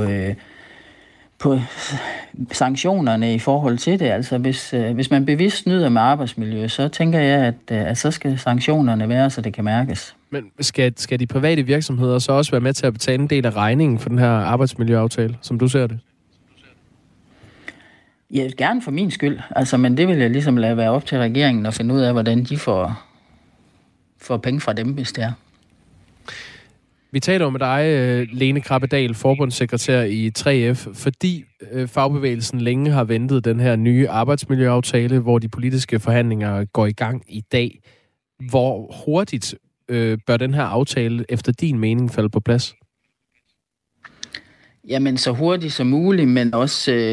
på sanktionerne i forhold til det. Altså, hvis man bevidst snyder med arbejdsmiljø, så tænker jeg, at så skal sanktionerne være, så det kan mærkes. Men skal de private virksomheder så også være med til at betale en del af regningen for den her arbejdsmiljøaftale, som du ser det? Ja, gerne for min skyld. Altså, men det vil jeg ligesom lade være op til regeringen at finde ud af, hvordan de får penge fra dem, hvis det er. Vi taler med dig, Lene Krabbedal, forbundssekretær i 3F, fordi fagbevægelsen længe har ventet den her nye arbejdsmiljøaftale, hvor de politiske forhandlinger går i gang i dag. Hvor hurtigt bør den her aftale efter din mening falde på plads? Jamen, så hurtigt som muligt, men også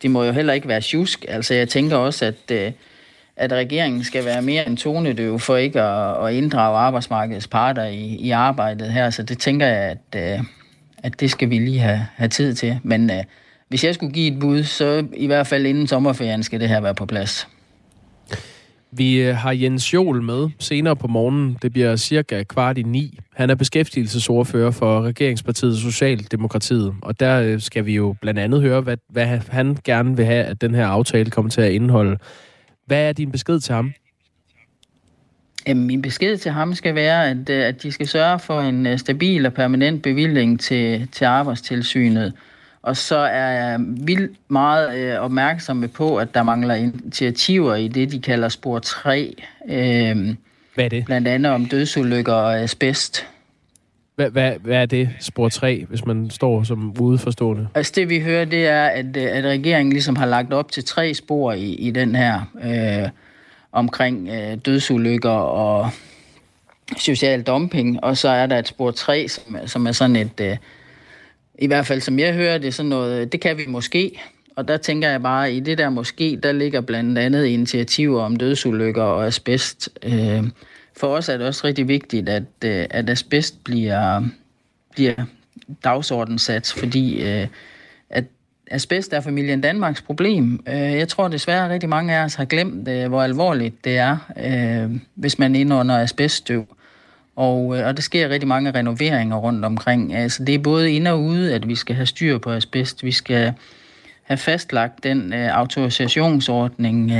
det må jo heller ikke være sjusk. Altså jeg tænker også, at regeringen skal være mere en tonedøv for ikke at inddrage arbejdsmarkedets parter i arbejdet her. Så det tænker jeg, at det skal vi lige have tid til. Men hvis jeg skulle give et bud, så i hvert fald inden sommerferien skal det her være på plads. Vi har Jens Joel med senere på morgenen. Det bliver cirka 8:15. Han er beskæftigelsesordfører for regeringspartiet Socialdemokratiet. Og der skal vi jo blandt andet høre, hvad han gerne vil have, at den her aftale kommer til at indeholde. Hvad er din besked til ham? Min besked til ham skal være, at de skal sørge for en stabil og permanent bevilling til Arbejdstilsynet. Og så er jeg vildt meget opmærksomme på, at der mangler initiativer i det, de kalder spor 3. Hvad er det? Blandt andet om dødsulykker og asbest. Hvad er det, spor 3, hvis man står som udeforstående? Altså det vi hører, det er, at regeringen ligesom har lagt op til 3 spor i den her omkring dødsulykker og social dumping. Og så er der et spor 3, som er sådan et... I hvert fald, som jeg hører det, sådan noget, det kan vi måske. Og der tænker jeg bare, i det der måske, der ligger blandt andet initiativer om dødsulykker og asbest. For os er det også rigtig vigtigt, at asbest bliver dagsordensat, fordi at asbest er familien Danmarks problem. Jeg tror desværre, at rigtig mange af os har glemt, hvor alvorligt det er, hvis man indånder asbeststøv. Og der sker rigtig mange renoveringer rundt omkring. Altså det er både inde og ude, at vi skal have styr på asbest. Vi skal have fastlagt den autorisationsordning,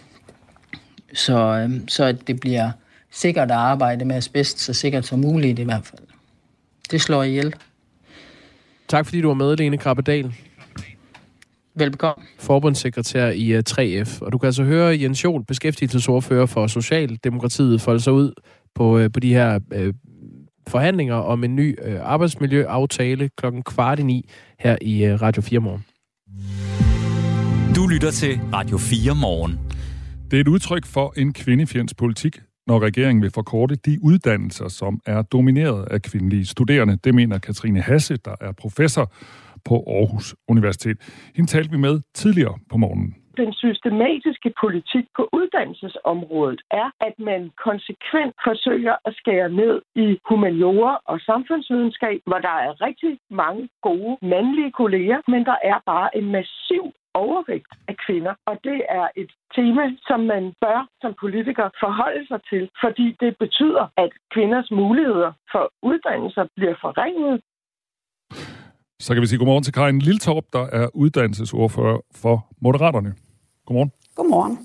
så at det bliver sikkert at arbejde med asbest, så sikkert som muligt i hvert fald. Det slår ihjel. Tak fordi du var med, Lene Krabbedal. Velbekomme. Forbundssekretær i 3F. Og du kan altså høre Jens Joel, beskæftigelsesordfører for Socialdemokratiet, folde sig ud på de her forhandlinger om en ny arbejdsmiljøaftale 8:15 her i Radio 4 Morgen. Du lytter til Radio 4 Morgen. Det er et udtryk for en kvindefjends politik, når regeringen vil forkorte de uddannelser, som er domineret af kvindelige studerende. Det mener Katrine Hasse, der er professor på Aarhus Universitet. Hende talte vi med tidligere på morgenen. Den systematiske politik på uddannelsesområdet er, at man konsekvent forsøger at skære ned i humaniora og samfundsvidenskab, hvor der er rigtig mange gode mandlige kolleger, men der er bare en massiv overvægt af kvinder. Og det er et tema, som man bør som politiker forholde sig til, fordi det betyder, at kvinders muligheder for uddannelser bliver forringet. Så kan vi sige godmorgen til Karin Liltorp, der er uddannelsesordfører for Moderaterne. Godmorgen. Godmorgen.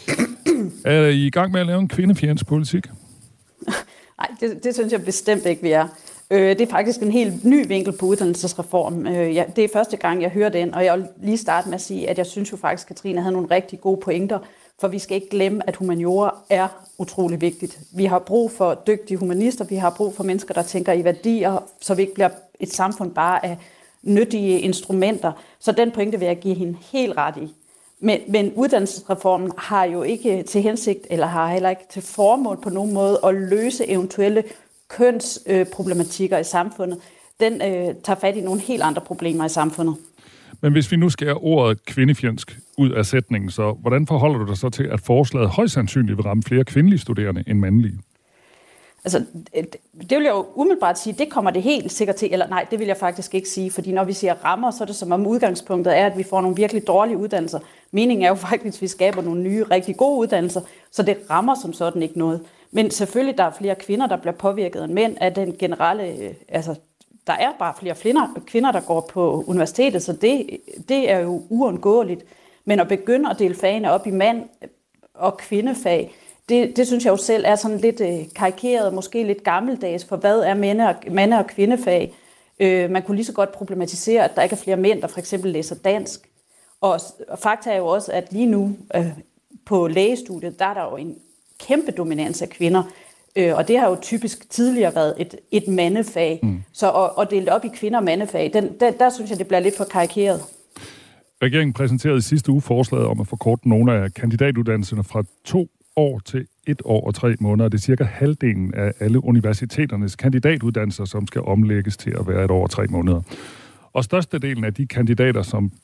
Er I i gang med at lave en kvindefjends politik? Nej, det synes jeg bestemt ikke, vi er. Det er faktisk en helt ny vinkel på uddannelsesreform. Det er første gang, jeg hører den, og jeg vil lige starte med at sige, at jeg synes jo faktisk, at Katrine havde nogle rigtig gode pointer, for vi skal ikke glemme, at humaniora er utrolig vigtigt. Vi har brug for dygtige humanister, vi har brug for mennesker, der tænker i værdier, så vi ikke bliver et samfund bare af nyttige instrumenter. Så den pointe vil jeg give hende helt ret i. Men uddannelsesreformen har jo ikke til hensigt, eller har heller ikke til formål på nogen måde at løse eventuelle kønsproblematikker i samfundet. Den tager fat i nogle helt andre problemer i samfundet. Men hvis vi nu skærer ordet kvindefjendsk ud af sætningen, så hvordan forholder du dig så til, at forslaget højst sandsynligt vil ramme flere kvindelige studerende end mandlige? Altså, det vil jeg jo umiddelbart sige, det kommer det helt sikkert til, eller nej, det vil jeg faktisk ikke sige, fordi når vi siger rammer, så er det som om udgangspunktet er, at vi får nogle virkelig dårlige uddannelser. Meningen er jo faktisk, at vi skaber nogle nye, rigtig gode uddannelser, så det rammer som sådan ikke noget. Men selvfølgelig, der er flere kvinder, der bliver påvirket end mænd af den generelle, der er bare flere kvinder, der går på universitetet, så det er jo uundgåeligt. Men at begynde at dele fagene op i mand- og kvindefag, det synes jeg jo selv er sådan lidt karikeret, måske lidt gammeldags, for hvad er mande- og kvindefag? Man kunne lige så godt problematisere, at der ikke er flere mænd, der for eksempel læser dansk. Og fakta er jo også, at lige nu på lægestudiet, der er der jo en kæmpe dominans af kvinder. Og det har jo typisk tidligere været et mandefag. Så at dele op i kvinder- og mandefag, der synes jeg, det bliver lidt for karikeret. Regeringen præsenterede i sidste uge forslaget om at forkorte nogle af kandidatuddannelserne fra 2 år til 1 år og 3 måneder. Det er cirka halvdelen af alle universiteternes kandidatuddannelser, som skal omlægges til at være 1 år og 3 måneder. Og størstedelen af de kandidater, som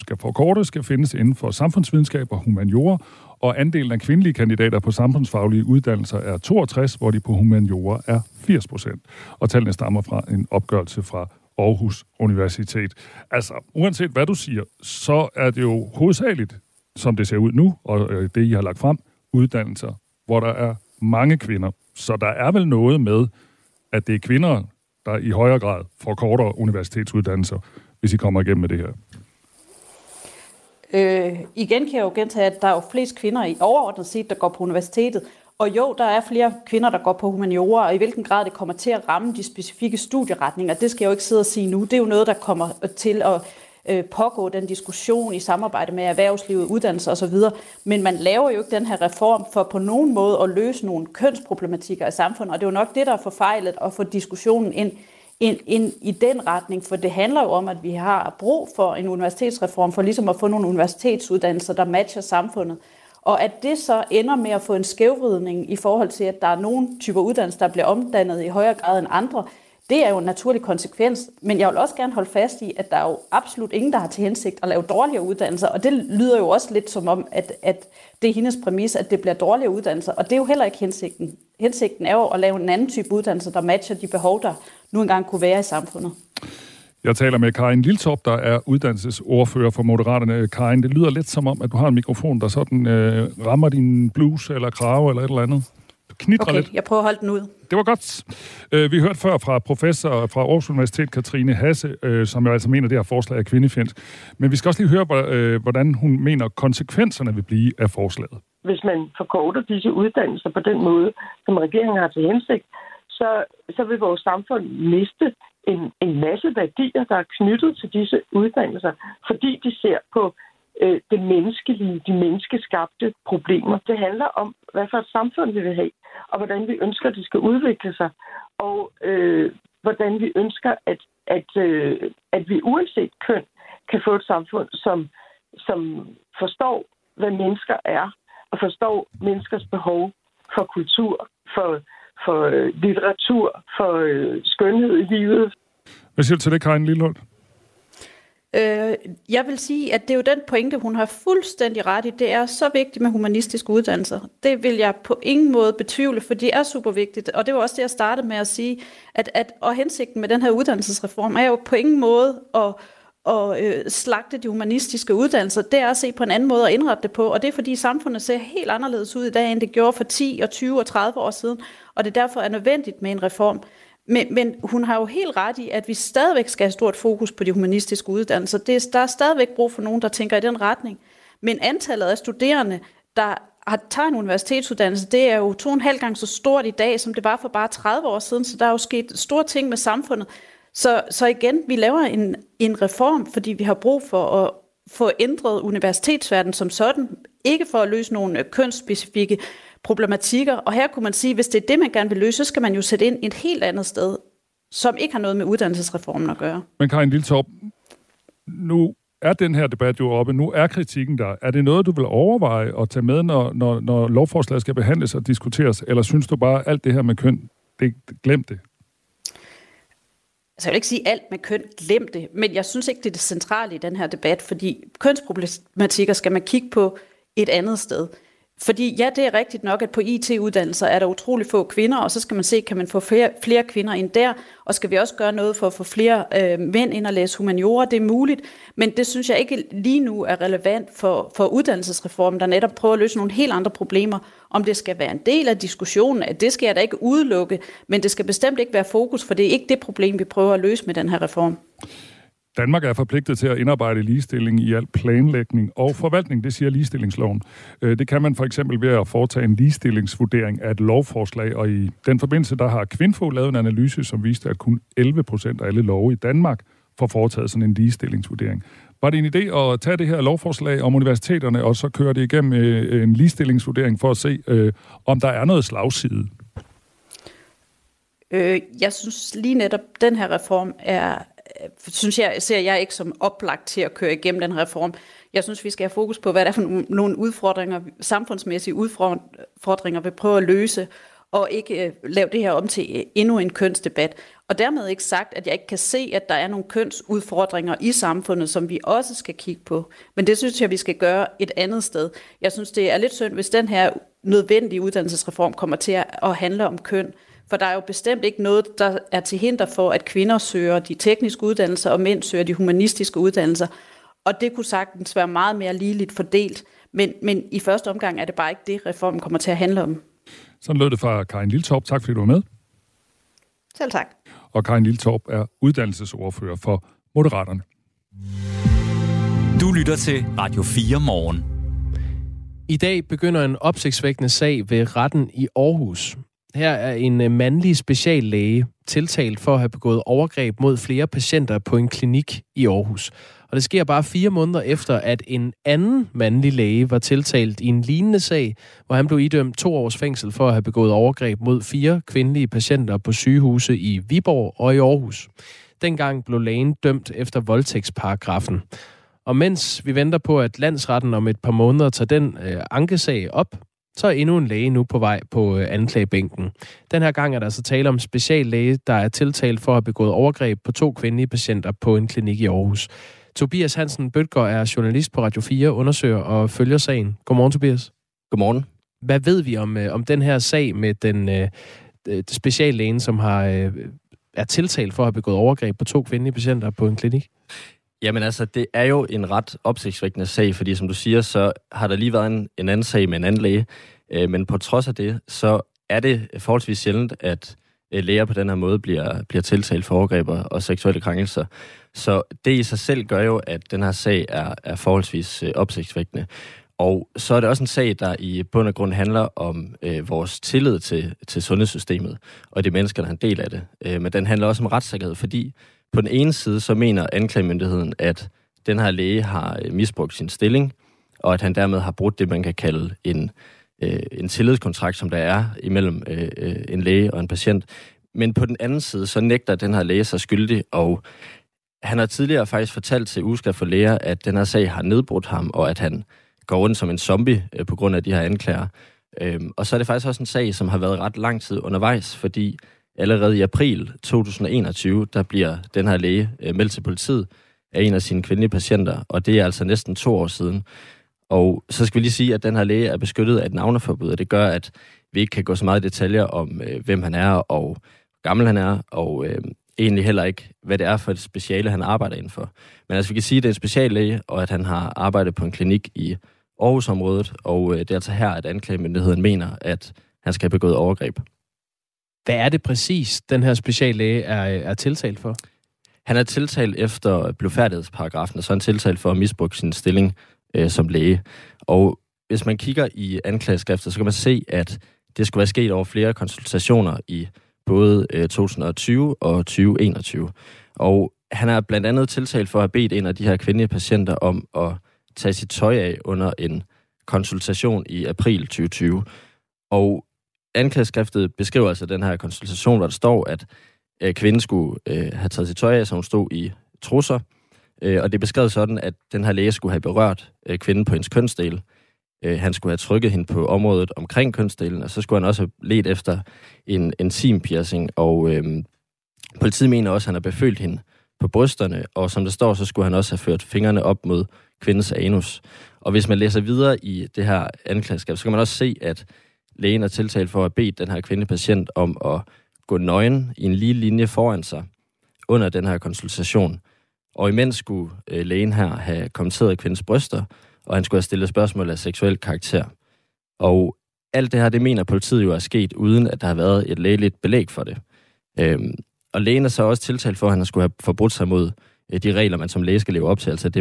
skal forkortes, skal findes inden for samfundsvidenskab og humaniora, og andelen af kvindelige kandidater på samfundsfaglige uddannelser er 62, hvor de på humaniora er 80%. Og tallene stammer fra en opgørelse fra Aarhus Universitet. Altså, uanset hvad du siger, så er det jo hovedsageligt, som det ser ud nu, og det, I har lagt frem, uddannelser, hvor der er mange kvinder. Så der er vel noget med, at det er kvinder, der i højere grad får kortere universitetsuddannelser, hvis I kommer igennem med det her. Igen kan jeg jo gentage, at der er jo flest kvinder i overordnet set, der går på universitetet. Og jo, der er flere kvinder, der går på humaniora, og i hvilken grad det kommer til at ramme de specifikke studieretninger, det skal jeg jo ikke sidde og sige nu. Det er jo noget, der kommer til at pågå den diskussion i samarbejde med erhvervslivet, uddannelse osv. Men man laver jo ikke den her reform for på nogen måde at løse nogle kønsproblematikker i samfundet, og det er jo nok det, der er forfejlet at få diskussionen ind i den retning, for det handler jo om, at vi har brug for en universitetsreform, for ligesom at få nogle universitetsuddannelser, der matcher samfundet. Og at det så ender med at få en skævvridning i forhold til, at der er nogle typer uddannelser, der bliver omdannet i højere grad end andre, det er jo en naturlig konsekvens. Men jeg vil også gerne holde fast i, at der er jo absolut ingen, der har til hensigt at lave dårligere uddannelser. Og det lyder jo også lidt som om, at det er hendes præmis, at det bliver dårligere uddannelser. Og det er jo heller ikke hensigten. Hensigten er jo at lave en anden type uddannelse, der matcher de behov, der nu engang kunne være i samfundet. Jeg taler med Karin Liltorp, der er uddannelsesordfører for Moderaterne. Karin, det lyder lidt som om, at du har en mikrofon, der sådan rammer din bluse eller krave eller et eller andet. Du knitrer lidt. Jeg prøver at holde den ud. Det var godt. Vi hørte før fra professor fra Aarhus Universitet, Katrine Hasse, som jo altså mener, det her forslag er kvindefjendsk. Men vi skal også lige høre, hvordan hun mener, konsekvenserne vil blive af forslaget. Hvis man forkorter disse uddannelser på den måde, som regeringen har til hensigt, så vil vores samfund miste en masse værdier, der er knyttet til disse uddannelser, fordi de ser på det menneskelige, de menneskeskabte problemer. Det handler om, hvad for et samfund vi vil have, og hvordan vi ønsker, at det skal udvikle sig, og hvordan vi ønsker, at vi uanset køn kan få et samfund, som forstår, hvad mennesker er, og forstår menneskers behov for kultur, for litteratur, for skønhed i livet. Hvad siger du til det, Karin Liltorp? Jeg vil sige, at det er jo den pointe, hun har fuldstændig ret i. Det er så vigtigt med humanistiske uddannelser. Det vil jeg på ingen måde betvivle, for det er super vigtigt. Og det var også det, jeg startede med at sige, og hensigten med den her uddannelsesreform er jo på ingen måde at slagte de humanistiske uddannelser. Det er at se på en anden måde at indrette det på, og det er fordi samfundet ser helt anderledes ud i dag, end det gjorde for 10 og 20 og 30 år siden, og det derfor er nødvendigt med en reform. Men hun har jo helt ret i, at vi stadigvæk skal have stort fokus på de humanistiske uddannelser. Der er stadigvæk brug for nogen, der tænker i den retning. Men antallet af studerende, der tager en universitetsuddannelse, det er jo 2,5 gange så stort i dag, som det var for bare 30 år siden, så der er jo sket store ting med samfundet. Så igen, vi laver en reform, fordi vi har brug for at få ændret universitetsverdenen som sådan, ikke for at løse nogle kønsspecifikke problematikker. Og her kunne man sige, hvis det er det, man gerne vil løse, så skal man jo sætte ind et helt andet sted, som ikke har noget med uddannelsesreformen at gøre. Men Karin Liltorp, nu er den her debat jo oppe, nu er kritikken der. Er det noget, du vil overveje at tage med, når lovforslaget skal behandles og diskuteres, eller synes du bare, alt det her med køn, glem det? Altså, jeg vil ikke sige alt med køn, glem det, men jeg synes ikke, det er det centrale i den her debat, fordi kønsproblematikker skal man kigge på et andet sted. Fordi ja, det er rigtigt nok, at på IT-uddannelser er der utrolig få kvinder, og så skal man se, kan man få flere kvinder ind der, og skal vi også gøre noget for at få flere mænd ind og læse humaniora, det er muligt, men det synes jeg ikke lige nu er relevant for uddannelsesreformen, der netop prøver at løse nogle helt andre problemer. Om det skal være en del af diskussionen, at det skal jeg da ikke udelukke, men det skal bestemt ikke være fokus, for det er ikke det problem, vi prøver at løse med den her reform. Danmark er forpligtet til at indarbejde ligestilling i al planlægning og forvaltning, det siger ligestillingsloven. Det kan man for eksempel ved at foretage en ligestillingsvurdering af et lovforslag, og i den forbindelse der har Kvinfo lavet en analyse, som viste, at kun 11% af alle love i Danmark får foretaget sådan en ligestillingsvurdering. Var det en idé at tage det her lovforslag om universiteterne, og så køre det igennem en ligestillingsvurdering for at se, om der er noget slagside? Jeg synes lige netop, den her reform ser jeg ikke som oplagt til at køre igennem den reform. Jeg synes, vi skal have fokus på, hvad der er for nogle udfordringer, samfundsmæssige udfordringer, vi prøver at løse, og ikke lave det her om til endnu en kønsdebat. Og dermed ikke sagt, at jeg ikke kan se, at der er nogle kønsudfordringer i samfundet, som vi også skal kigge på. Men det synes jeg, vi skal gøre et andet sted. Jeg synes, det er lidt synd, hvis den her nødvendige uddannelsesreform kommer til at handle om køn. For der er jo bestemt ikke noget, der er til hinder for, at kvinder søger de tekniske uddannelser, og mænd søger de humanistiske uddannelser. Og det kunne sagtens være meget mere ligeligt fordelt. Men i første omgang er det bare ikke det, reformen kommer til at handle om. Sådan lød det fra Karin Liltorp. Tak fordi du var med. Selv tak. Og Karin Liltorp er uddannelsesordfører for Moderaterne. Du lytter til Radio 4 morgen. I dag begynder en opsigtsvækkende sag ved retten i Aarhus. Her er en mandlig speciallæge tiltalt for at have begået overgreb mod flere patienter på en klinik i Aarhus. Og det sker bare 4 måneder efter, at en anden mandlig læge var tiltalt i en lignende sag, hvor han blev idømt 2 års fængsel for at have begået overgreb mod 4 kvindelige patienter på sygehuse i Viborg og i Aarhus. Dengang blev lægen dømt efter voldtægtsparagrafen. Og mens vi venter på, at landsretten om et par måneder tager den ankesag op, så er endnu en læge nu på vej på anklagebænken. Den her gang er der altså tale om speciallæge, der er tiltalt for at have begået overgreb på 2 kvindelige patienter på en klinik i Aarhus. Tobias Hansen Bødker er journalist på Radio 4, undersøger og følger sagen. Godmorgen, Tobias. Godmorgen. Hvad ved vi om den her sag med den speciallægen, som er tiltalt for at have begået overgreb på 2 kvindelige patienter på en klinik? Jamen altså, det er jo en ret opsigtsvækkende sag, fordi som du siger, så har der lige været en anden sag med en anden læge. Men på trods af det, så er det forholdsvis sjældent, at læger på den her måde bliver tiltalt for overgreb og seksuelle krænkelser. Så det i sig selv gør jo, at den her sag er forholdsvis opsigtsvækkende. Og så er det også en sag, der i bund og grund handler om vores tillid til sundhedssystemet og de mennesker, der er en del af det. Men den handler også om retssikkerhed, fordi på den ene side, så mener anklagemyndigheden, at den her læge har misbrugt sin stilling, og at han dermed har brudt det, man kan kalde en tillidskontrakt, som der er imellem en læge og en patient. Men på den anden side, så nægter den her læge sig skyldig, og han har tidligere faktisk fortalt til Ugeskrift for Læger, at den her sag har nedbrudt ham, og at han går rundt som en zombie på grund af de her anklager. Og så er det faktisk også en sag, som har været ret lang tid undervejs, fordi allerede i april 2021, der bliver den her læge meldt til politiet af en af sine kvindelige patienter, og det er altså næsten 2 år siden. Og så skal vi lige sige, at den her læge er beskyttet af et navneforbud, og det gør, at vi ikke kan gå så meget i detaljer om, hvem han er og hvor gammel han er, og egentlig heller ikke, hvad det er for et speciale, han arbejder indenfor. Men altså, vi kan sige, at det er en speciallæge, og at han har arbejdet på en klinik i Aarhusområdet, og det er altså her, at anklagemyndigheden mener, at han skal have begået overgreb. Hvad er det præcis, den her speciallæge er tiltalt for? Han er tiltalt efter blufærdighedsparagrafen, og så er han tiltalt for at misbruge sin stilling som læge. Og hvis man kigger i anklageskriftet, så kan man se, at det skulle være sket over flere konsultationer i både 2020 og 2021. Og han er blandt andet tiltalt for at have bedt en af de her kvindelige patienter om at tage sit tøj af under en konsultation i april 2020. Og anklageskriftet beskriver altså den her konsultation, hvor der står, at kvinden skulle have taget sit tøj af, så hun stod i trusser. Og det er beskrevet sådan, at den her læge skulle have berørt kvinden på hendes kønsdel. Han skulle have trykket hende på området omkring kønsdelen, og så skulle han også have ledt efter en intimpiercing. Og politiet mener også, at han har befølt hende på brysterne, og som der står, så skulle han også have ført fingrene op mod kvindens anus. Og hvis man læser videre i det her anklageskab, så kan man også se, at lægen er tiltalt for at have bedt den her kvindepatient om at gå nøgen i en lige linje foran sig under den her konsultation. Og imens skulle lægen her have kommenteret kvindens bryster, og han skulle have stillet spørgsmål af seksuel karakter. Og alt det her, det mener politiet jo er sket, uden at der har været et lægeligt belæg for det. Og lægen er så også tiltalt for, at han skulle have forbrudt sig mod de regler, man som læge skal leve op til, altså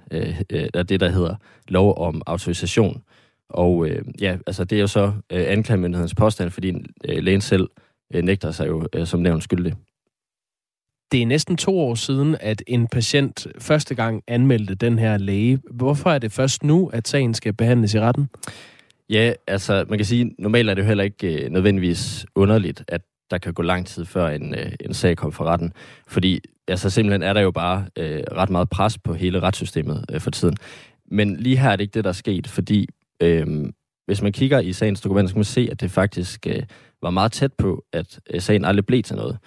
det, der hedder lov om autorisation. Og altså det er jo så anklagemyndighedens påstand, fordi lægen selv nægter sig jo som nævnt skyldig. Det er næsten 2 år siden, at en patient første gang anmeldte den her læge. Hvorfor er det først nu, at sagen skal behandles i retten? Ja, altså man kan sige, normalt er det jo heller ikke nødvendigvis underligt, at der kan gå lang tid før en sag kommer for retten. Fordi altså simpelthen er der jo bare ret meget pres på hele retssystemet for tiden. Men lige her er det ikke det, der er sket, fordi hvis man kigger i sagens dokument, så kan man se, at det faktisk var meget tæt på, at sagen aldrig blev til noget.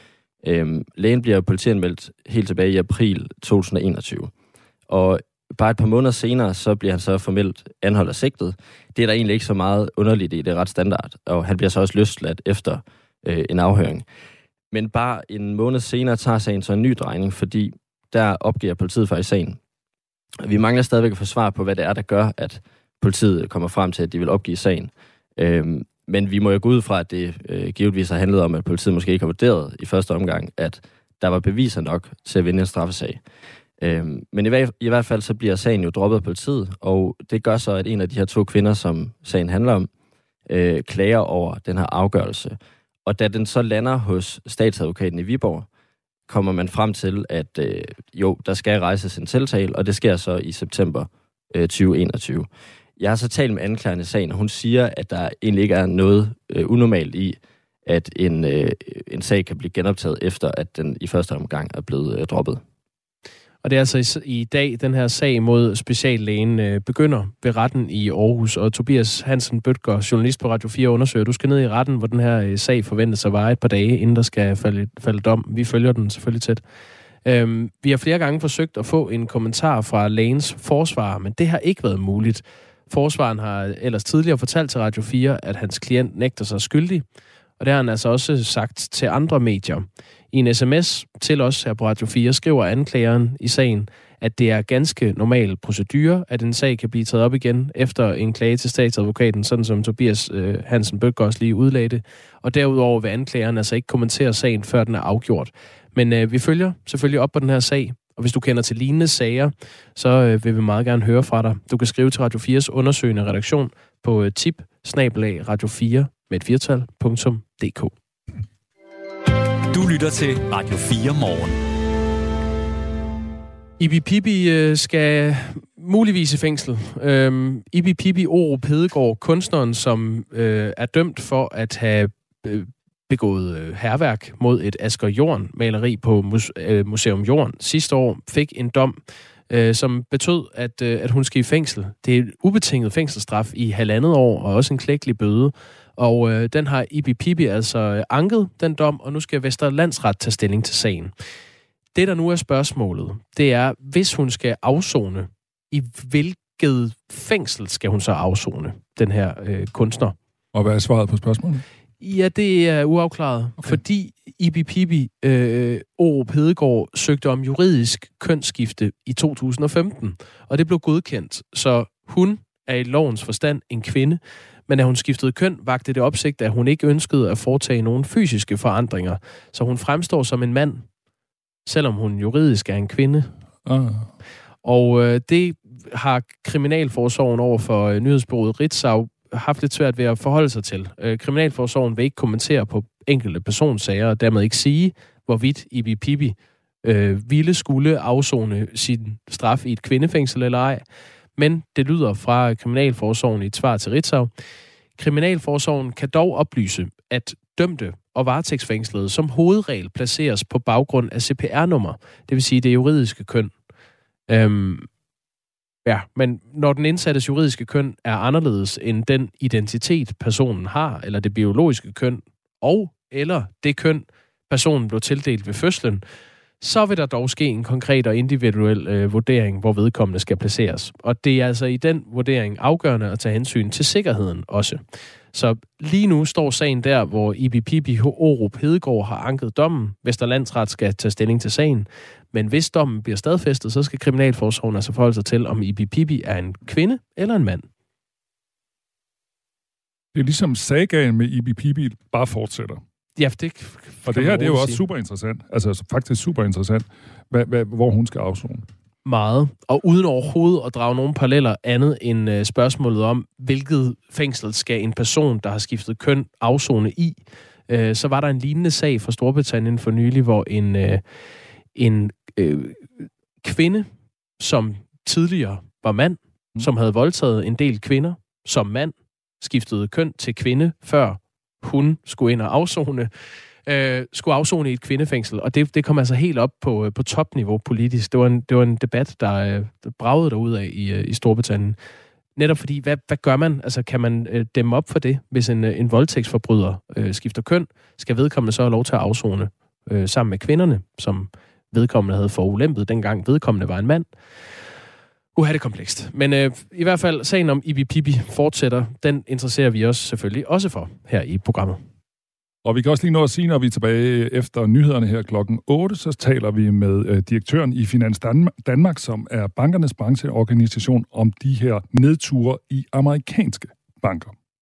Lægen bliver politianmeldt helt tilbage i april 2021. Og bare et par måneder senere, så bliver han så formelt anholdt og sigtet. Det er der egentlig ikke så meget underligt i, det er ret standard. Og han bliver så også løsladt efter en afhøring. Men bare en måned senere tager sagen så en ny drejning, fordi der opgiver politiet faktisk sagen. Vi mangler stadigvæk at få svar på, hvad det er, der gør, at politiet kommer frem til, at de vil opgive sagen. Men vi må jo gå ud fra, at det givetvis har handlet om, at politiet måske ikke har vurderet i første omgang, at der var beviser nok til at vinde en straffesag. Men i hvert fald så bliver sagen jo droppet af politiet, og det gør så, at en af de her 2 kvinder, som sagen handler om, klager over den her afgørelse. Og da den så lander hos statsadvokaten i Viborg, kommer man frem til, at der skal rejses en tiltale, og det sker så i september 2021. Jeg har så talt med anklageren i sagen, og hun siger, at der egentlig ikke er noget unormalt i, at en sag kan blive genoptaget, efter at den i første omgang er blevet droppet. Og det er altså i dag, den her sag mod speciallægen begynder ved retten i Aarhus. Og Tobias Hansen Bødker, journalist på Radio 4, undersøger. Du skal ned i retten, hvor den her sag forventes at vare et par dage, inden der skal falde dom. Vi følger den selvfølgelig tæt. Vi har flere gange forsøgt at få en kommentar fra lægens forsvarer, men det har ikke været muligt. Forsvaren har ellers tidligere fortalt til Radio 4, at hans klient nægter sig skyldig. Og det har han altså også sagt til andre medier. I en sms til os her på Radio 4 skriver anklageren i sagen, at det er ganske normal procedure, at en sag kan blive taget op igen efter en klage til statsadvokaten, sådan som Tobias Hansen Bødker også lige udlagde det. Og derudover vil anklageren altså ikke kommentere sagen, før den er afgjort. Men vi følger selvfølgelig op på den her sag, og hvis du kender til lignende sager, så vil vi meget gerne høre fra dig. Du kan skrive til Radio 4's undersøgende redaktion på tip@radio4 med et 4tal.dk. Du lytter til Radio 4 morgen. Ibi Pippi skal muligvis i fængsel. Ibi Pippi Orup Hedegaard, kunstneren, som er dømt for at have begået hærværk mod et Asger Jorn-maleri på Museum Jorn sidste år, fik en dom, som betød, at hun skal i fængsel. Det er et ubetinget fængselsstraf i 1,5 år, og også en klækkelig bøde. Og den har Ibi Pippi altså anket, den dom, og nu skal Vestre Landsret tage stilling til sagen. Det, der nu er spørgsmålet, det er, hvis hun skal afsone, i hvilket fængsel skal hun så afsone, den her kunstner? Og hvad er svaret på spørgsmålet? Ja, det er uafklaret, fordi Ibi Pippi Orup Hedegaard søgte om juridisk kønsskifte i 2015, og det blev godkendt, så hun er i lovens forstand en kvinde, men da hun skiftede køn, vakte det opsigt, at hun ikke ønskede at foretage nogle fysiske forandringer, så hun fremstår som en mand, selvom hun juridisk er en kvinde. Og det har Kriminalforsorgen over for nyhedsbureauet Ritzau haft lidt svært ved at forholde sig til. Kriminalforsorgen vil ikke kommentere på enkelte personsager, og dermed ikke sige, hvorvidt Ibi Pippi skulle afsone sin straf i et kvindefængsel eller ej. Men det lyder fra Kriminalforsorgen i et svar til Ritzau. Kriminalforsorgen kan dog oplyse, at dømte og varetægtsfængslede som hovedregel placeres på baggrund af CPR-nummer, det vil sige det juridiske køn. Men når den indsattes juridiske køn er anderledes end den identitet, personen har, eller det biologiske køn, eller det køn, personen blev tildelt ved fødslen, så vil der dog ske en konkret og individuel vurdering, hvor vedkommende skal placeres. Og det er altså i den vurdering afgørende at tage hensyn til sikkerheden også. Så lige nu står sagen der, hvor Ibi Pippi Orup Hedegaard har anket dommen. Vestre Landsret skal tage stilling til sagen. Men hvis dommen bliver stadfæstet, så skal Kriminalforsorgen altså forholde sig til, om Ibi Pippi er en kvinde eller en mand. Det er ligesom sagaen med Ibi Pippi bare fortsætter. Ja, og det her, det er jo også super interessant. Altså faktisk super interessant, hvor hun skal afzone. Meget. Og uden overhovedet at drage nogle paralleller andet end spørgsmålet om, hvilket fængsel skal en person, der har skiftet køn, afzone i. Så var der en lignende sag fra Storbritannien for nylig, hvor en kvinde, som tidligere var mand, som havde voldtaget en del kvinder som mand, skiftede køn til kvinde, før hun skulle ind og afzone, skulle afzone i et kvindefængsel. Og det kom altså helt op på topniveau politisk. Det var en debat, der bragede derudad i Storbritannien. Netop fordi, hvad gør man? Altså, kan man dæmme op for det, hvis en voldtægtsforbryder skifter køn? Skal vedkommende så have lov til at afzone sammen med kvinderne, som vedkommende havde forulempet, dengang vedkommende var en mand. Det er komplekst. Men i hvert fald, sagen om Ibi Pibi fortsætter. Den interesserer vi os selvfølgelig også for her i programmet. Og vi kan også lige nå at sige, når vi er tilbage efter nyhederne her klokken 8, så taler vi med direktøren i Finans Danmark, som er bankernes brancheorganisation, om de her nedture i amerikanske banker.